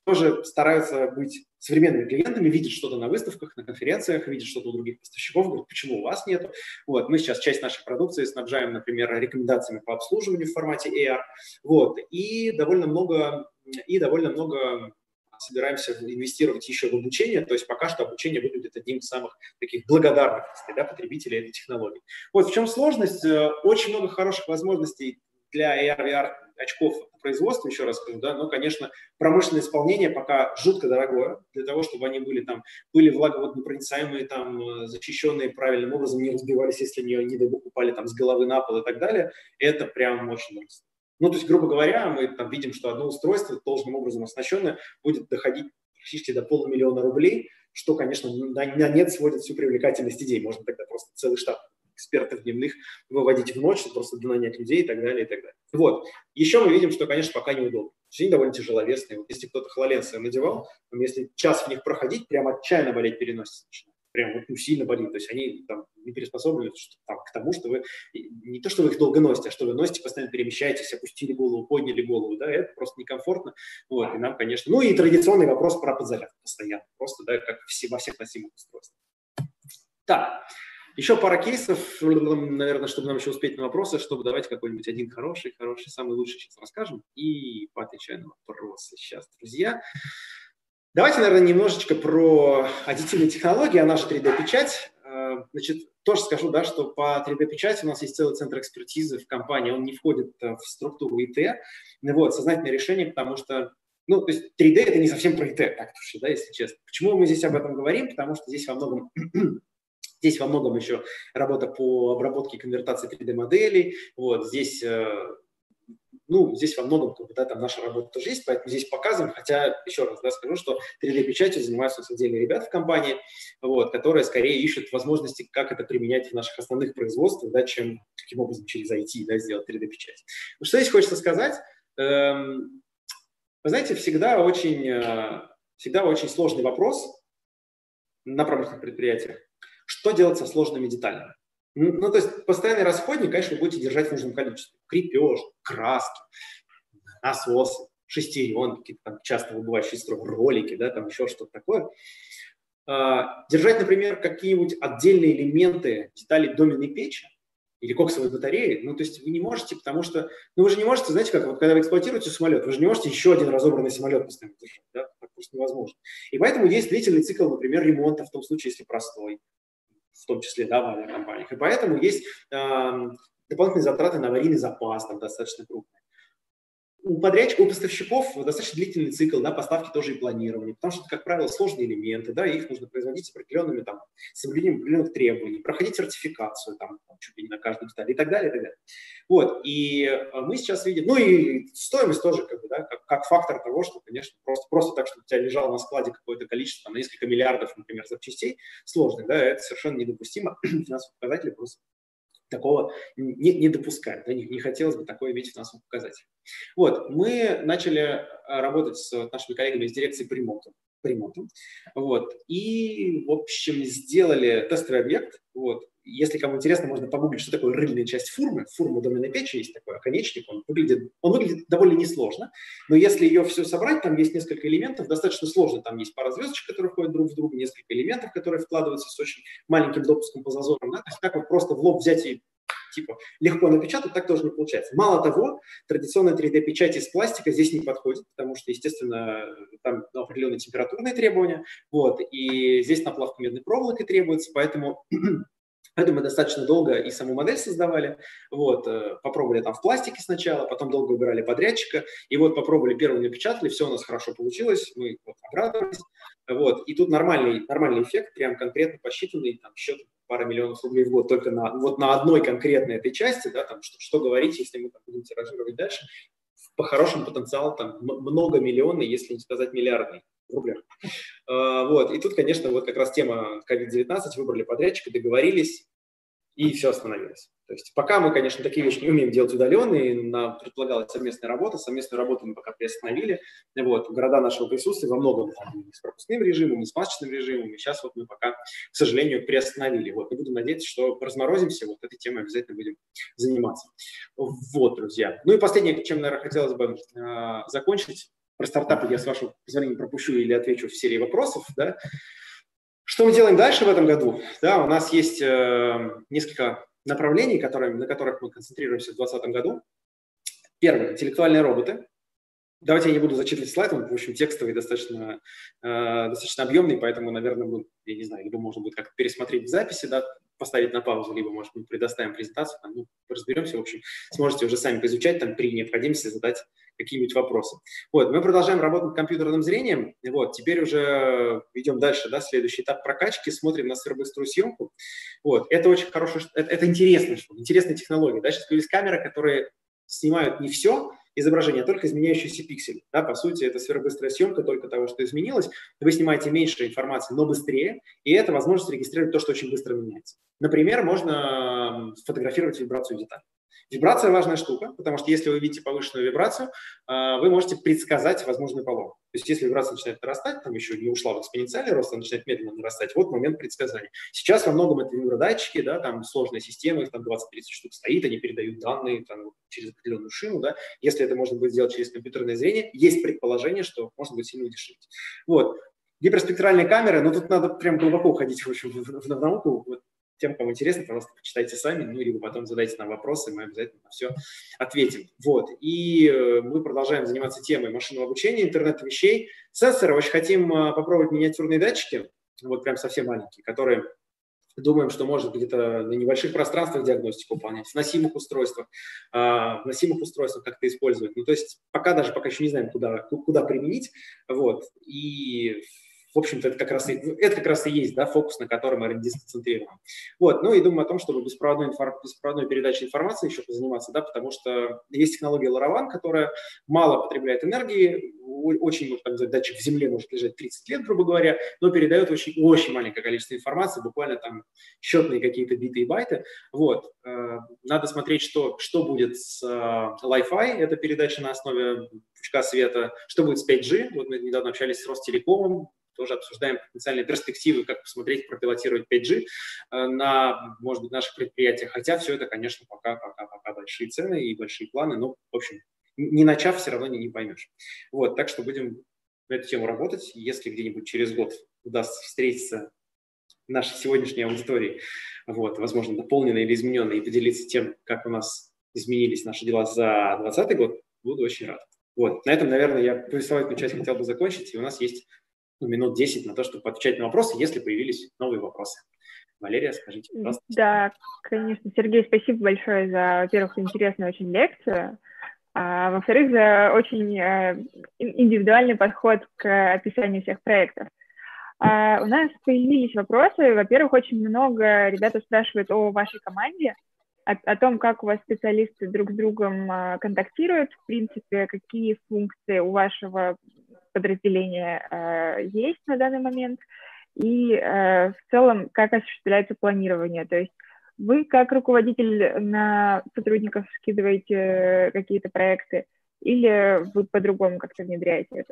тоже стараются быть современными клиентами, видят что-то на выставках, на конференциях, видят что-то у других поставщиков, говорят, почему у вас нет. Вот, мы сейчас часть нашей продукции снабжаем, например, рекомендациями по обслуживанию в формате эй ар. Вот, и довольно много, и довольно много собираемся инвестировать еще в обучение, то есть пока что обучение выглядит одним из самых таких благодарных, да, потребителей этой технологии. Вот в чем сложность. Очень много хороших возможностей для эй ар ви ар очков производства, еще раз скажу, да, но, конечно, промышленное исполнение пока жутко дорогое, для того, чтобы они были там, были влаговодонепроницаемые, там, защищенные правильным образом, не разбивались, если не, не дай бог, упали там с головы на пол и так далее, это прям очень дорого. Ну, то есть, грубо говоря, мы там видим, что одно устройство, должным образом оснащенное, будет доходить практически до полумиллиона рублей, что, конечно, на, на нет сводит всю привлекательность идей. Можно тогда просто целый штат экспертов дневных выводить в ночь, просто нанять людей и так далее, и так далее. Вот. Еще мы видим, что, конечно, пока неудобно. Они довольно тяжеловесные. Вот если кто-то HoloLens надевал, там, если час в них проходить, прям отчаянно болеть переносится. Прям вот, ну, сильно болит. То есть они там не приспособлены что, там, к тому, что вы не то, что вы их долго носите, а что вы носите, постоянно перемещаетесь, опустили голову, подняли голову. Да, это просто некомфортно. Вот. И нам, конечно... Ну и традиционный вопрос про подзарядку постоянно. Просто, да, как все, во всех носимых устройствах. Так. Еще пара кейсов, наверное, чтобы нам еще успеть на вопросы, чтобы давайте какой-нибудь один хороший, хороший, самый лучший сейчас расскажем и поотвечаем на вопросы сейчас, друзья. Давайте, наверное, немножечко про аддитивные технологии, она же три дэ-печать. Значит, тоже скажу, да, что по три дэ-печати у нас есть целый центр экспертизы в компании, он не входит в структуру ай ти. Вот, сознательное решение, потому что, ну, то есть три дэ – это не совсем про ай ти, так уж, да, если честно. Почему мы здесь об этом говорим? Потому что здесь во многом... Здесь во многом еще работа по обработке и конвертации три дэ-моделей. Вот, здесь, ну, здесь во многом, да, там наша работа тоже есть, поэтому здесь показываем. Хотя, еще раз, да, скажу, что три дэ-печатью занимаются отдельные ребята в компании, вот, которые скорее ищут возможности, как это применять в наших основных производствах, да, чем каким образом через ай ти, да, сделать три дэ-печать. Что здесь хочется сказать? Эм, вы знаете, всегда очень, всегда очень сложный вопрос на промышленных предприятиях. Что делать со сложными деталями? Ну, то есть постоянный расходник, конечно, вы будете держать в нужном количестве. Крепеж, краски, насосы, шестеренки, там часто выбывающие из строя ролики, да, там еще что-то такое. А, держать, например, какие-нибудь отдельные элементы деталей доменной печи или коксовой батареи, ну, то есть вы не можете, потому что, ну, вы же не можете, знаете, как вот когда вы эксплуатируете самолет, вы же не можете еще один разобранный самолет постоянно держать, да, так просто невозможно. И поэтому есть длительный цикл, например, ремонта, в том случае, если простой, в том числе, да, в авиакомпаниях. И поэтому есть э, дополнительные затраты на аварийный запас, там достаточно крупные. У подрядчиков, у поставщиков достаточно длительный цикл, да, поставки тоже и планирования, потому что, как правило, сложные элементы, да, их нужно производить с определенными, там, соблюдением определенных требований, проходить сертификацию, там, чуть ли не на каждую деталь и так далее, и так далее. Вот, и мы сейчас видим, ну и стоимость тоже, как бы, да, как, как фактор того, что, конечно, просто, просто так, чтобы у тебя лежало на складе какое-то количество, там, на несколько миллиардов, например, запчастей сложных, да, это совершенно недопустимо, финансовые показатели просто такого не, не допускают, да, не, не хотелось бы такое иметь финансовый показатель. Вот, мы начали работать с нашими коллегами из дирекции по ремонту, по ремонту, вот, и, в общем, сделали тестовый объект, вот. Если кому интересно, можно погуглить, что такое рыльная часть фурмы. Фурма доменной печи есть такой оконечник, он выглядит, он выглядит довольно несложно, но если ее все собрать, там есть несколько элементов, достаточно сложно, там есть пара звездочек, которые входят друг в друга, несколько элементов, которые вкладываются с очень маленьким допуском по зазорам, да? То есть так вот просто в лоб взять и типа легко напечатать, так тоже не получается. Мало того, традиционная три дэ-печать из пластика здесь не подходит, потому что, естественно, там определенные температурные требования, вот, и здесь наплавка медной проволокой требуется, поэтому... Поэтому мы достаточно долго и саму модель создавали, вот, попробовали там в пластике сначала, потом долго выбирали подрядчика, и вот попробовали, первым напечатали, все у нас хорошо получилось, мы вот обрадовались, вот, и тут нормальный, нормальный эффект, прям конкретно посчитанный, там, счет пара миллионов рублей в год только на, вот на одной конкретной этой части, да, там, что, что говорить, если мы там будем тиражировать дальше, по хорошему потенциалу там многомиллионный, если не сказать миллиардный в рублях. Вот. И тут, конечно, вот как раз тема ковид девятнадцать, выбрали подрядчика, договорились, и все остановилось. То есть пока мы, конечно, такие вещи не умеем делать удаленно, и нам предполагалась совместная работа, совместную работу мы пока приостановили. Вот. Города нашего присутствия во многом там, и с пропускным режимом, и с масочным режимом, и сейчас вот мы пока, к сожалению, приостановили. Вот. И буду надеяться, что разморозимся, вот этой темой обязательно будем заниматься. Вот, друзья. Ну и последнее, чем, наверное, хотелось бы э, закончить, Про стартапы я, с вашего позволения, пропущу или отвечу в серии вопросов. Да. Что мы делаем дальше в этом году? Да, у нас есть э, несколько направлений, которые, на которых мы концентрируемся в две тысячи двадцатом году. Первое – интеллектуальные роботы. Давайте я не буду зачитывать слайд, он, в общем, текстовый, достаточно, э, достаточно объемный, поэтому, наверное, мы, я не знаю, либо можно будет как-то пересмотреть в записи, да, поставить на паузу, либо, может быть, предоставим презентацию, там, ну, разберемся, в общем, сможете уже сами поизучать, там, при необходимости задать какие-нибудь вопросы. Вот, мы продолжаем работать над компьютерным зрением, вот, теперь уже идем дальше, да, следующий этап прокачки, смотрим на сверхбыструю съемку, вот, это очень хорошая, это, это интересно, интересная технология, да, сейчас появились камеры, которые снимают не все изображение, а только изменяющиеся пиксели. Да, по сути, это сверхбыстрая съемка только того, что изменилось. Вы снимаете меньше информации, но быстрее, и это возможность регистрировать то, что очень быстро меняется. Например, можно фотографировать вибрацию деталей. Вибрация – важная штука, потому что если вы видите повышенную вибрацию, вы можете предсказать возможный поломку. То есть если вибрация начинает нарастать, там еще не ушла в экспоненциальный рост, она начинает медленно нарастать, вот момент предсказания. Сейчас во многом это вибродатчики, да, там сложная система, их там двадцать-тридцать штук стоит, они передают данные там, через определенную шину. Да. Если это можно будет сделать через компьютерное зрение, есть предположение, что можно будет сильно удешевить. Вот. Гиперспектральные камеры, ну тут надо прям глубоко уходить в, общем, в, в, в науку. Вот. Тем, кому интересно, пожалуйста, почитайте сами, ну, либо потом задайте нам вопросы, мы обязательно на все ответим. Вот. И э, мы продолжаем заниматься темой машинного обучения, интернета вещей. Сенсоры очень хотим э, попробовать миниатюрные датчики, вот прям совсем маленькие, которые думаем, что может где-то на небольших пространствах диагностику выполнять, в носимых устройствах, э, в носимых устройствах как-то использовать. Ну, то есть пока даже пока еще не знаем, куда, куда применить. Вот. И в общем-то, это как раз и, это как раз и есть, да, фокус, на котором эр энд ди сконцентрирован. Вот, ну и думаю о том, чтобы беспроводной, инфор... беспроводной передачей информации еще позаниматься, да, потому что есть технология LoRaWAN, которая мало потребляет энергии, очень, может, там, датчик в земле может лежать тридцать лет, грубо говоря, но передает очень, очень маленькое количество информации, буквально там счетные какие-то биты и байты. Вот, надо смотреть, что, что будет с Wi-Fi, это передача на основе пучка света, что будет с пять джи, вот мы недавно общались с Ростелекомом, тоже обсуждаем потенциальные перспективы, как посмотреть, пропилотировать пять джи на, может быть, наших предприятиях. Хотя все это, конечно, пока, пока, пока большие цены и большие планы, но, в общем, не начав, все равно не, не поймешь. Вот, так что будем на эту тему работать. Если где-нибудь через год удастся встретиться нашей сегодняшней аудитории, вот, возможно, дополненной или измененной, и поделиться тем, как у нас изменились наши дела за двадцатый год, буду очень рад. Вот, на этом, наверное, я повествовательную часть хотел бы закончить, и у нас есть ну, минут десять на то, чтобы отвечать на вопросы, если появились новые вопросы. Валерия, скажите, пожалуйста. Да, конечно. Сергей, спасибо большое за, во-первых, интересную очень лекцию, а во-вторых, за очень э, индивидуальный подход к описанию всех проектов. А у нас появились вопросы. Во-первых, очень много ребята спрашивают о вашей команде, о, о том, как у вас специалисты друг с другом э, контактируют, в принципе, какие функции у вашего подразделения э, есть на данный момент, и э, в целом, как осуществляется планирование. То есть вы, как руководитель, на сотрудников скидываете какие-то проекты, или вы по-другому как-то внедряете это?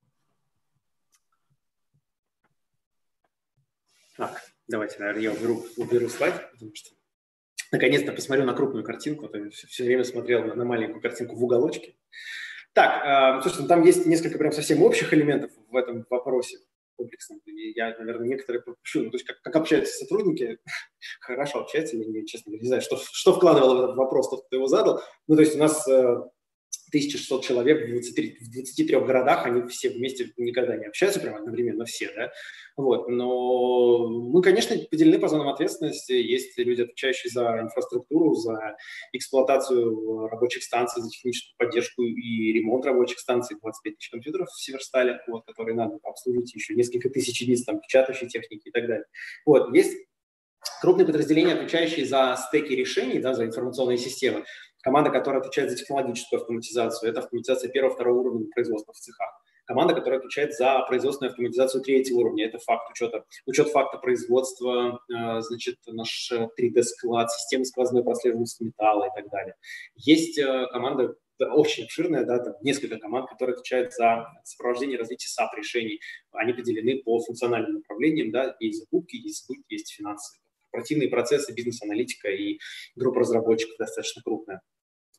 Так, давайте, наверное, я уберу, уберу слайд, потому что наконец-то посмотрю на крупную картинку, а то я все, все время смотрел на, на маленькую картинку в уголочке. Так, э, слушайте, там есть несколько прям совсем общих элементов в этом вопросе комплексном. Я, наверное, некоторые пропущу. Ну, то есть как, как общаются сотрудники, хорошо общаются, я, я, честно говоря, не знаю, что, что вкладывал в этот вопрос тот, кто его задал. Ну, то есть у нас э, тысяча шестьсот человек в двадцати, в двадцати трёх городах, они все вместе никогда не общаются, прямо одновременно все, да. Вот. Но мы, конечно, поделены по зонам ответственности. Есть люди, отвечающие за инфраструктуру, за эксплуатацию рабочих станций, за техническую поддержку и ремонт рабочих станций. двадцать пять тысяч компьютеров в Северстале, вот, которые надо обслужить, еще несколько тысяч единиц там, печатающей техники и так далее. Вот. Есть крупные подразделения, отвечающие за стеки решений, да, за информационные системы. Команда, которая отвечает за технологическую автоматизацию, это автоматизация первого-второго уровня производства в цехах. Команда, которая отвечает за производственную автоматизацию третьего уровня, это факт учета, учет факта производства, э, значит, наш три дэ-склад, система сквозной прослеживаемости металла и так далее. Есть э, команда, да, очень обширная, да, там несколько команд, которые отвечают за сопровождение развития сап-решений. Они поделены по функциональным направлениям, да, есть закупки, есть сбыт, есть финансы. Корпоративные процессы, бизнес-аналитика и группа разработчиков достаточно крупная.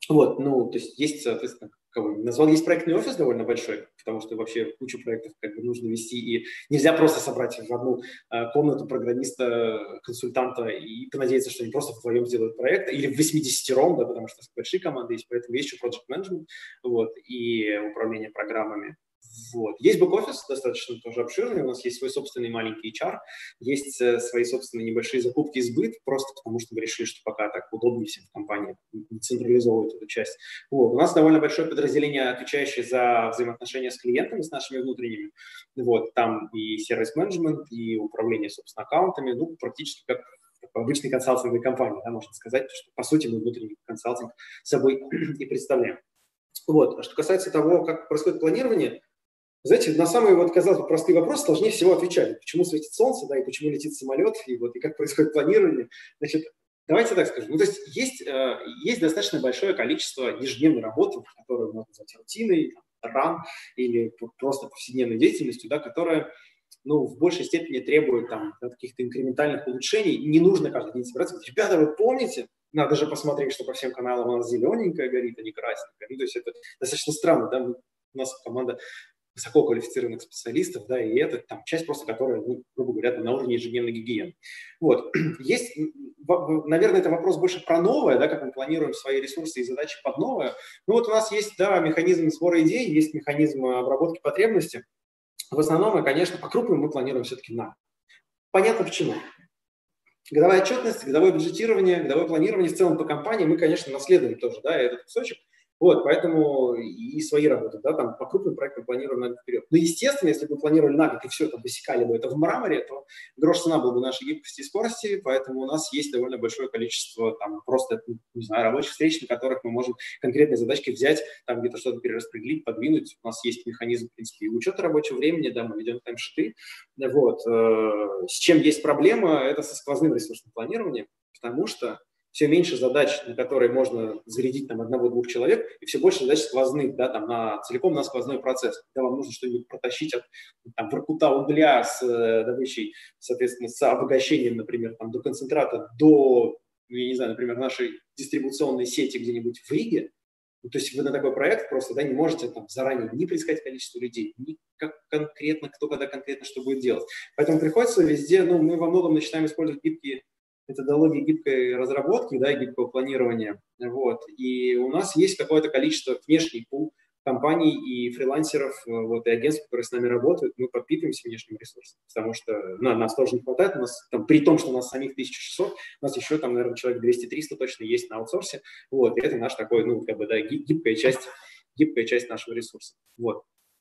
Вот, ну, то есть есть, соответственно, кого назвал, есть проектный офис довольно большой, потому что вообще кучу проектов как бы нужно вести, и нельзя просто собрать в одну э, комнату программиста, консультанта и понадеяться, что они просто вдвоем сделают проект, или в восьмидесятером, да, потому что большие команды есть, поэтому есть еще project management, вот, и управление программами. Вот. Есть бэк-офис, достаточно тоже обширный, у нас есть свой собственный маленький эйч ар, есть э, свои собственные небольшие закупки и сбыт, просто потому что мы решили, что пока так удобнее всем в компании централизовывать эту часть. Вот. У нас довольно большое подразделение, отвечающее за взаимоотношения с клиентами, с нашими внутренними. Вот. Там и сервис-менеджмент, и управление, собственно, аккаунтами, ну, практически как в обычной консалтинговой компании, да, можно сказать, что, по сути, мы внутренний консалтинг собой и представляем. Вот. А что касается того, как происходит планирование, знаете, на самые, вот, казалось бы, простые вопросы сложнее всего отвечать. Почему светит солнце, да, и почему летит самолет, и, вот, и как происходит планирование. Значит, давайте так скажем. Ну, то есть есть, э, есть достаточно большое количество ежедневной работы, которую можно назвать рутиной, ран или просто повседневной деятельностью, да, которая, ну, в большей степени требует там каких-то инкрементальных улучшений. Не нужно каждый день собираться. Ребята, вы помните? Надо же посмотреть, что по всем каналам у нас зелененькая горит, а не красненькая. Ну, то есть это достаточно странно, да? У нас команда высококвалифицированных специалистов, да, и это там часть просто, которая, ну, грубо говоря, на уровне ежедневной гигиены. Вот. Есть, наверное, это вопрос больше про новое, да, как мы планируем свои ресурсы и задачи под новое. Ну вот у нас есть, да, механизм сбора идей, есть механизм обработки потребностей. В основном, и, конечно, по-крупному мы планируем все-таки на. Понятно почему. Годовая отчетность, годовое бюджетирование, годовое планирование в целом по компании мы, конечно, наследуем тоже, да, этот кусочек. Вот, поэтому и свои работы, да, там по крупным проектам планируем на год вперед. Но, естественно, если бы планировали на год и все там высекали бы это в мраморе, то грош цена была бы нашей гибкости и скорости, поэтому у нас есть довольно большое количество там просто, не знаю, рабочих встреч, на которых мы можем конкретные задачки взять, там где-то что-то перераспределить, подвинуть. У нас есть механизм, в принципе, учета рабочего времени, да, мы ведем таймшиты. Вот. С чем есть проблема, это со сквозным ресурсным планированием, потому что все меньше задач, на которые можно зарядить там одного-двух человек, и все больше задач сквозных, да, там на, целиком на сквозной процесс. Когда вам нужно что-нибудь протащить от там, воркута угля с э, добычей, соответственно, с обогащением, например, там, до концентрата, до, ну, я не знаю, например, нашей дистрибуционной сети где-нибудь в Риге, ну, то есть вы на такой проект просто, да, не можете там заранее не предсказать количество людей, ни как конкретно, кто когда конкретно что будет делать. Поэтому приходится везде, ну, мы во многом начинаем использовать гибкие методологии гибкой разработки, да, гибкого планирования, вот, и у нас есть какое-то количество внешних пул компаний и фрилансеров, вот, и агентств, которые с нами работают, мы подпитываемся внешним ресурсом, потому что ну, нас тоже не хватает, у нас, там, при том, что у нас самих тысяча шестьсот, у нас еще, там, наверное, человек двести-триста точно есть на аутсорсе, вот, и это наш такой, ну, как бы, да, гибкая часть, гибкая часть нашего ресурса, вот.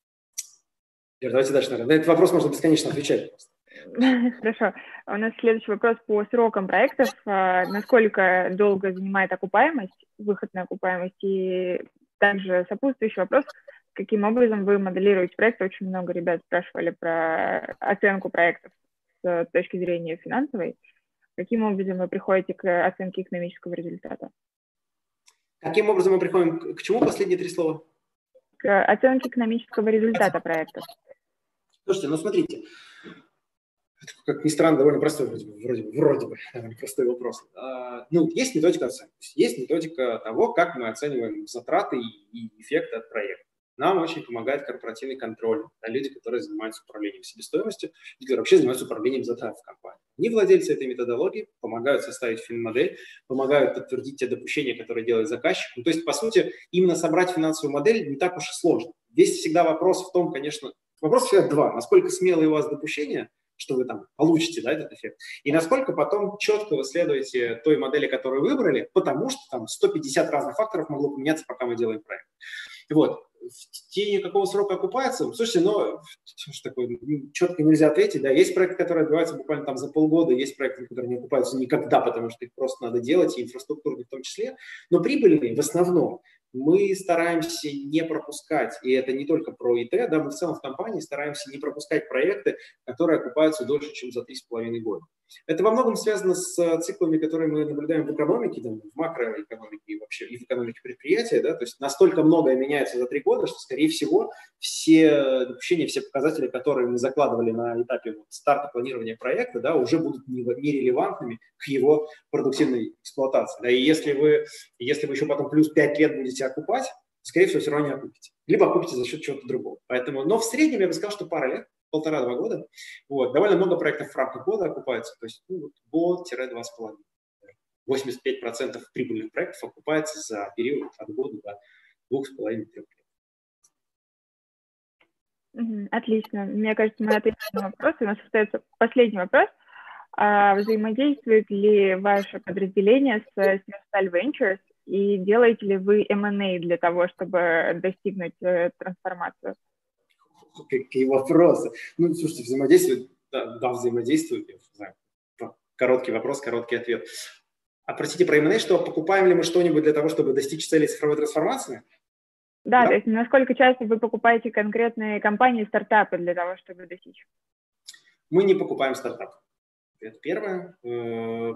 Давайте дальше, наверное, на этот вопрос можно бесконечно отвечать просто. Хорошо. У нас следующий вопрос по срокам проектов. Насколько долго занимает окупаемость, выход на окупаемость, и также сопутствующий вопрос, каким образом вы моделируете проект. Очень много ребят спрашивали про оценку проектов с точки зрения финансовой. Каким образом вы приходите к оценке экономического результата? Каким образом мы приходим? К чему последние три слова? К оценке экономического результата проектов. Слушайте, ну смотрите. Как ни странно, довольно простой, вроде бы, вроде, вроде бы довольно простой вопрос. А, ну, есть методика оценки. Есть методика того, как мы оцениваем затраты и эффекты от проекта. Нам очень помогает корпоративный контроль. Да, люди, которые занимаются управлением себестоимостью, люди, которые вообще занимаются управлением затрат в компании. Они владельцы этой методологии, помогают составить финмодель, помогают подтвердить те допущения, которые делает заказчик. Ну, то есть, по сути, именно собрать финансовую модель не так уж и сложно. Здесь всегда вопрос в том, конечно, вопрос всегда два. Насколько смелые у вас допущения, что вы там получите, да, этот эффект, и насколько потом четко вы следуете той модели, которую выбрали, потому что там сто пятьдесят разных факторов могло поменяться, пока мы делаем проект. Вот. В течение какого срока окупается? Слушайте, ну, что такое, четко нельзя ответить, да, есть проекты, которые отбиваются буквально там за полгода, есть проекты, которые не окупаются никогда, потому что их просто надо делать, и инфраструктурные в том числе, но прибыльные в основном мы стараемся не пропускать, и это не только про ИТ, да, мы в целом в компании стараемся не пропускать проекты, которые окупаются дольше, чем за три с половиной года. Это во многом связано с циклами, которые мы наблюдаем в экономике, там, в макроэкономике и вообще и в экономике предприятия. Да? То есть настолько многое меняется за три года, что, скорее всего, все допущения, все показатели, которые мы закладывали на этапе вот старта планирования проекта, да, уже будут нерелевантными к его продуктивной эксплуатации. Да? И если вы, если вы еще потом плюс пять лет будете окупать, скорее всего, все равно не окупите. Либо окупите за счет чего-то другого. Поэтому, но в среднем я бы сказал, что пара лет, полтора-два года. Вот. Довольно много проектов в рамках года окупается. То есть ну, год-два с половиной. восемьдесят пять процентов прибыльных проектов окупается за период от года до двух с половиной-трех лет. Отлично. Мне кажется, мы ответили на вопрос. У нас остается последний вопрос. А взаимодействует ли ваше подразделение с Severstal Ventures и делаете ли вы эм энд эй для того, чтобы достигнуть э, трансформацию? Какие вопросы? Ну, слушайте, взаимодействует, да, да взаимодействует, я не знаю. Короткий вопрос, короткий ответ. А простите, про эм энд эй, что покупаем ли мы что-нибудь для того, чтобы достичь цели цифровой трансформации? Да, да, то есть насколько часто вы покупаете конкретные компании, стартапы для того, чтобы достичь? Мы не покупаем стартапы. Это первое. Ну,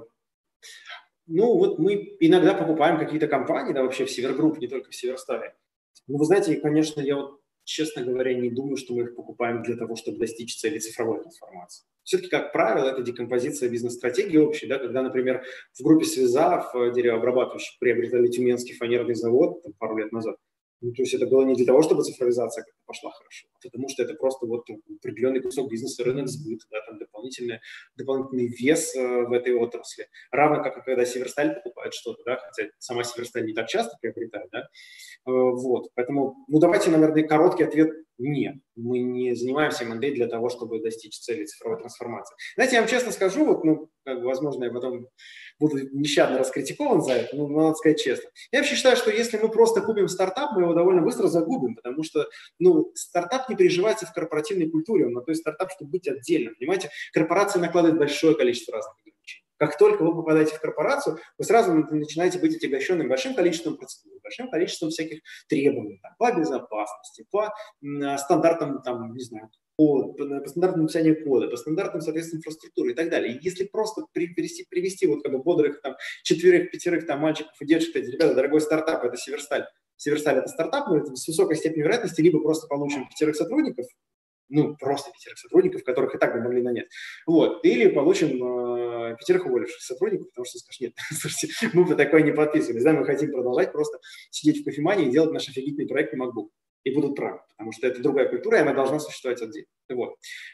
вот мы иногда покупаем какие-то компании, да, вообще в Севергрупп, не только в Северстале. Ну, вы знаете, конечно, я вот, честно говоря, не думаю, что мы их покупаем для того, чтобы достичь цели цифровой трансформации. Все-таки, как правило, это декомпозиция бизнес-стратегии общей, да, когда, например, в группе Связав деревообрабатывающих приобретали Тюменский фанерный завод там, пару лет назад. Ну, то есть это было не для того, чтобы цифровизация как-то пошла хорошо, а потому что это просто вот там, определенный кусок бизнеса, рынок сбыта, да, там дополнительный, дополнительный вес э, в этой отрасли. Равно как и когда Северсталь покупает что-то, да, хотя сама Северсталь не так часто приобретает, да. Э, вот, поэтому, ну, давайте, наверное, короткий ответ – нет. Мы не занимаемся эм энд эй для того, чтобы достичь цели цифровой трансформации. Знаете, я вам честно скажу, вот, ну, как бы, возможно, я потом буду нещадно раскритикован за это, но надо сказать честно. Я вообще считаю, что если мы просто купим стартап, мы его довольно быстро загубим, потому что, ну, стартап не приживается в корпоративной культуре, он на то есть стартап, чтобы быть отдельным. Понимаете, корпорация накладывает большое количество разных ограничений. Как только вы попадаете в корпорацию, вы сразу начинаете быть отягощенным большим количеством процедур, большим количеством всяких требований там, по безопасности, по м, стандартам, там, не знаю, по, по стандартам написания кода, по стандартам, соответственно, инфраструктуры и так далее. И если просто при, привести, привести вот как бы бодрых там четверых, пятерых там мальчиков и девочек, сказать, ребята, дорогой стартап, это Северсталь. Северсталь это стартап, но это с высокой степенью вероятности либо просто получим пятерых сотрудников, ну, просто пятерых сотрудников, которых и так бы могли нанять, вот, или получим э, пятерых уволивших сотрудников, потому что скажешь, нет, слушайте, мы бы такое не подписывались, да, мы хотим продолжать просто сидеть в кофемании и делать наш офигительный проект на MacBook. И будут правы, потому что это другая культура, и она должна существовать отдельно. Вот.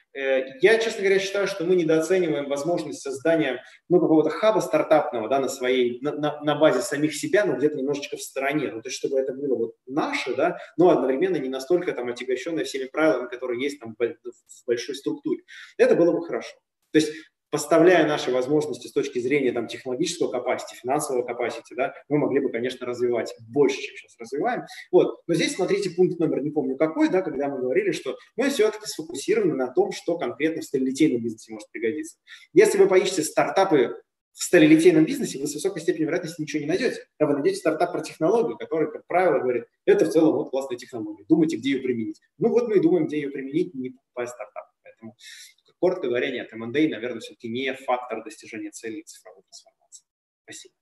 Я, честно говоря, считаю, что мы недооцениваем возможность создания ну, какого-то хаба стартапного да, на, своей, на, на, на базе самих себя, но где-то немножечко в стороне. Ну, то есть, чтобы это было вот наше, да, но одновременно не настолько там, отягощенное всеми правилами, которые есть там, в большой структуре. Это было бы хорошо. То есть, поставляя наши возможности с точки зрения там, технологического capacity, финансового capacity, да, мы могли бы, конечно, развивать больше, чем сейчас развиваем. Вот. Но здесь, смотрите, пункт номер, не помню какой, да, когда мы говорили, что мы все-таки сфокусированы на том, что конкретно в сталелитейном бизнесе может пригодиться. Если вы поищете стартапы в сталелитейном бизнесе, вы с высокой степенью вероятности ничего не найдете. А вы найдете стартап про технологию, который, как правило, говорит, это в целом вот классная технология, думайте, где ее применить. Ну вот мы и думаем, где ее применить, не покупая стартап. Поэтому коротко говоря, нет, эм энд эй, наверное, все-таки не фактор достижения цели цифровой трансформации. Спасибо.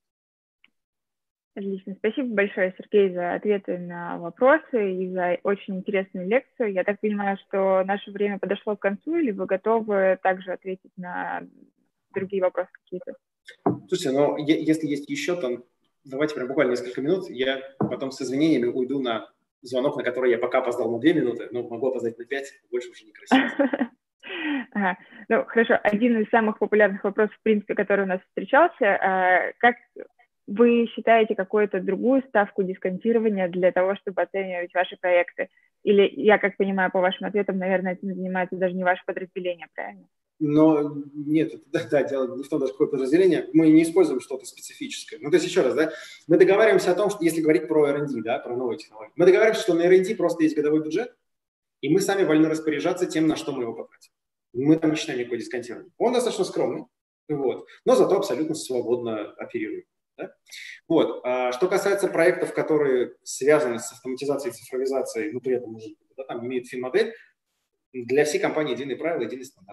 Отлично. Спасибо большое, Сергей, за ответы на вопросы и за очень интересную лекцию. Я так понимаю, что наше время подошло к концу, или вы готовы также ответить на другие вопросы какие-то? Слушайте, ну, если есть еще, то давайте прям буквально несколько минут. Я потом с извинениями уйду на звонок, на который я пока опоздал на две минуты, но могу опоздать на пять, больше уже некрасиво. Ага. Ну, хорошо. Один из самых популярных вопросов, в принципе, который у нас встречался. Как вы считаете какую-то другую ставку дисконтирования для того, чтобы оценивать ваши проекты? Или, я как понимаю, по вашим ответам, наверное, этим занимается даже не ваше подразделение, правильно? Но нет, да, да, дело не в том, даже какое подразделение, мы не используем что-то специфическое. Ну, то есть, еще раз, да, мы договариваемся о том, что, если говорить про эр энд ди, да, про новые технологии, мы договариваемся, что на эр энд ди просто есть годовой бюджет, и мы сами вольны распоряжаться тем, на что мы его потратим. Мы там не считаем никакой дисконтирования. Он достаточно скромный, вот, но зато абсолютно свободно оперируем. Да? Вот. А что касается проектов, которые связаны с автоматизацией и цифровизацией, но при этом уже да, там имеют финмодель, для всей компании единые правила, единый стандарт.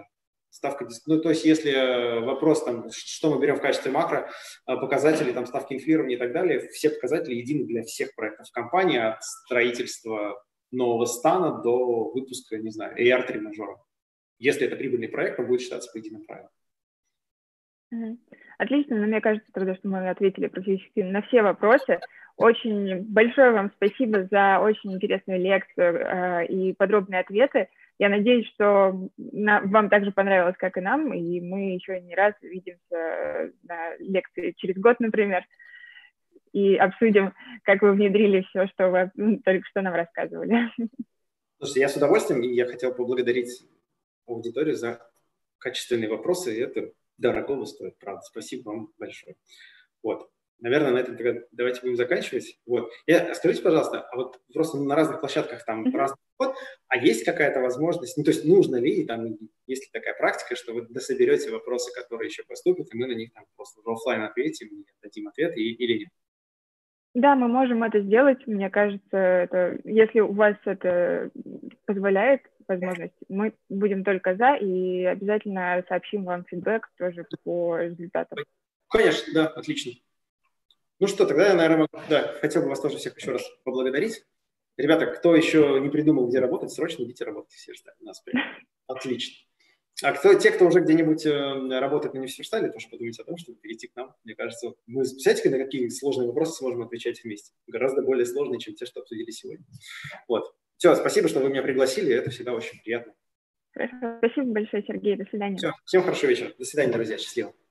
ставка, ну, то есть если вопрос, там, что мы берем в качестве макро, показатели, там, ставки инфлирования и так далее, все показатели едины для всех проектов компании, от строительства нового стана до выпуска, не знаю, эй ар три мажора. Если это прибыльный проект, он будет считаться по единым правилам. Отлично, но мне кажется тогда, что мы ответили практически на все вопросы. Очень большое вам спасибо за очень интересную лекцию э, и подробные ответы. Я надеюсь, что на, вам также понравилось, как и нам, и мы еще не раз увидимся на лекции через год, например, и обсудим, как вы внедрили все, что вы ну, только что нам рассказывали. Слушайте, я с удовольствием, и я хотел поблагодарить аудиторию за качественные вопросы, и это дорогого стоит, правда. Спасибо вам большое. Вот. Наверное, на этом тогда давайте будем заканчивать. Вот. И скажите, пожалуйста, а вот просто на разных площадках там mm-hmm. разный подход, а есть какая-то возможность, ну, то есть нужно ли, там, есть ли такая практика, что вы дособерете вопросы, которые еще поступят, и мы на них там просто в офлайн ответим, и дадим ответ, и, или нет? Да, мы можем это сделать. Мне кажется, это, если у вас это позволяет возможность, мы будем только за и обязательно сообщим вам фидбэк тоже по результатам. Конечно, да, отлично. Ну что, тогда я, наверное, да, хотел бы вас тоже всех еще раз поблагодарить. Ребята, кто еще не придумал, где работать, срочно идите работать в Северстале. У нас прям отлично. А кто, те, кто уже где-нибудь э, работает на Университете, тоже подумайте о том, чтобы перейти к нам. Мне кажется, мы, представляете, на какие сложные вопросы сможем отвечать вместе. Гораздо более сложные, чем те, что обсудили сегодня. Вот. Все, спасибо, что вы меня пригласили. Это всегда очень приятно. Хорошо. Спасибо большое, Сергей. До свидания. Все. Всем хорошего вечера. До свидания, друзья. Счастливо.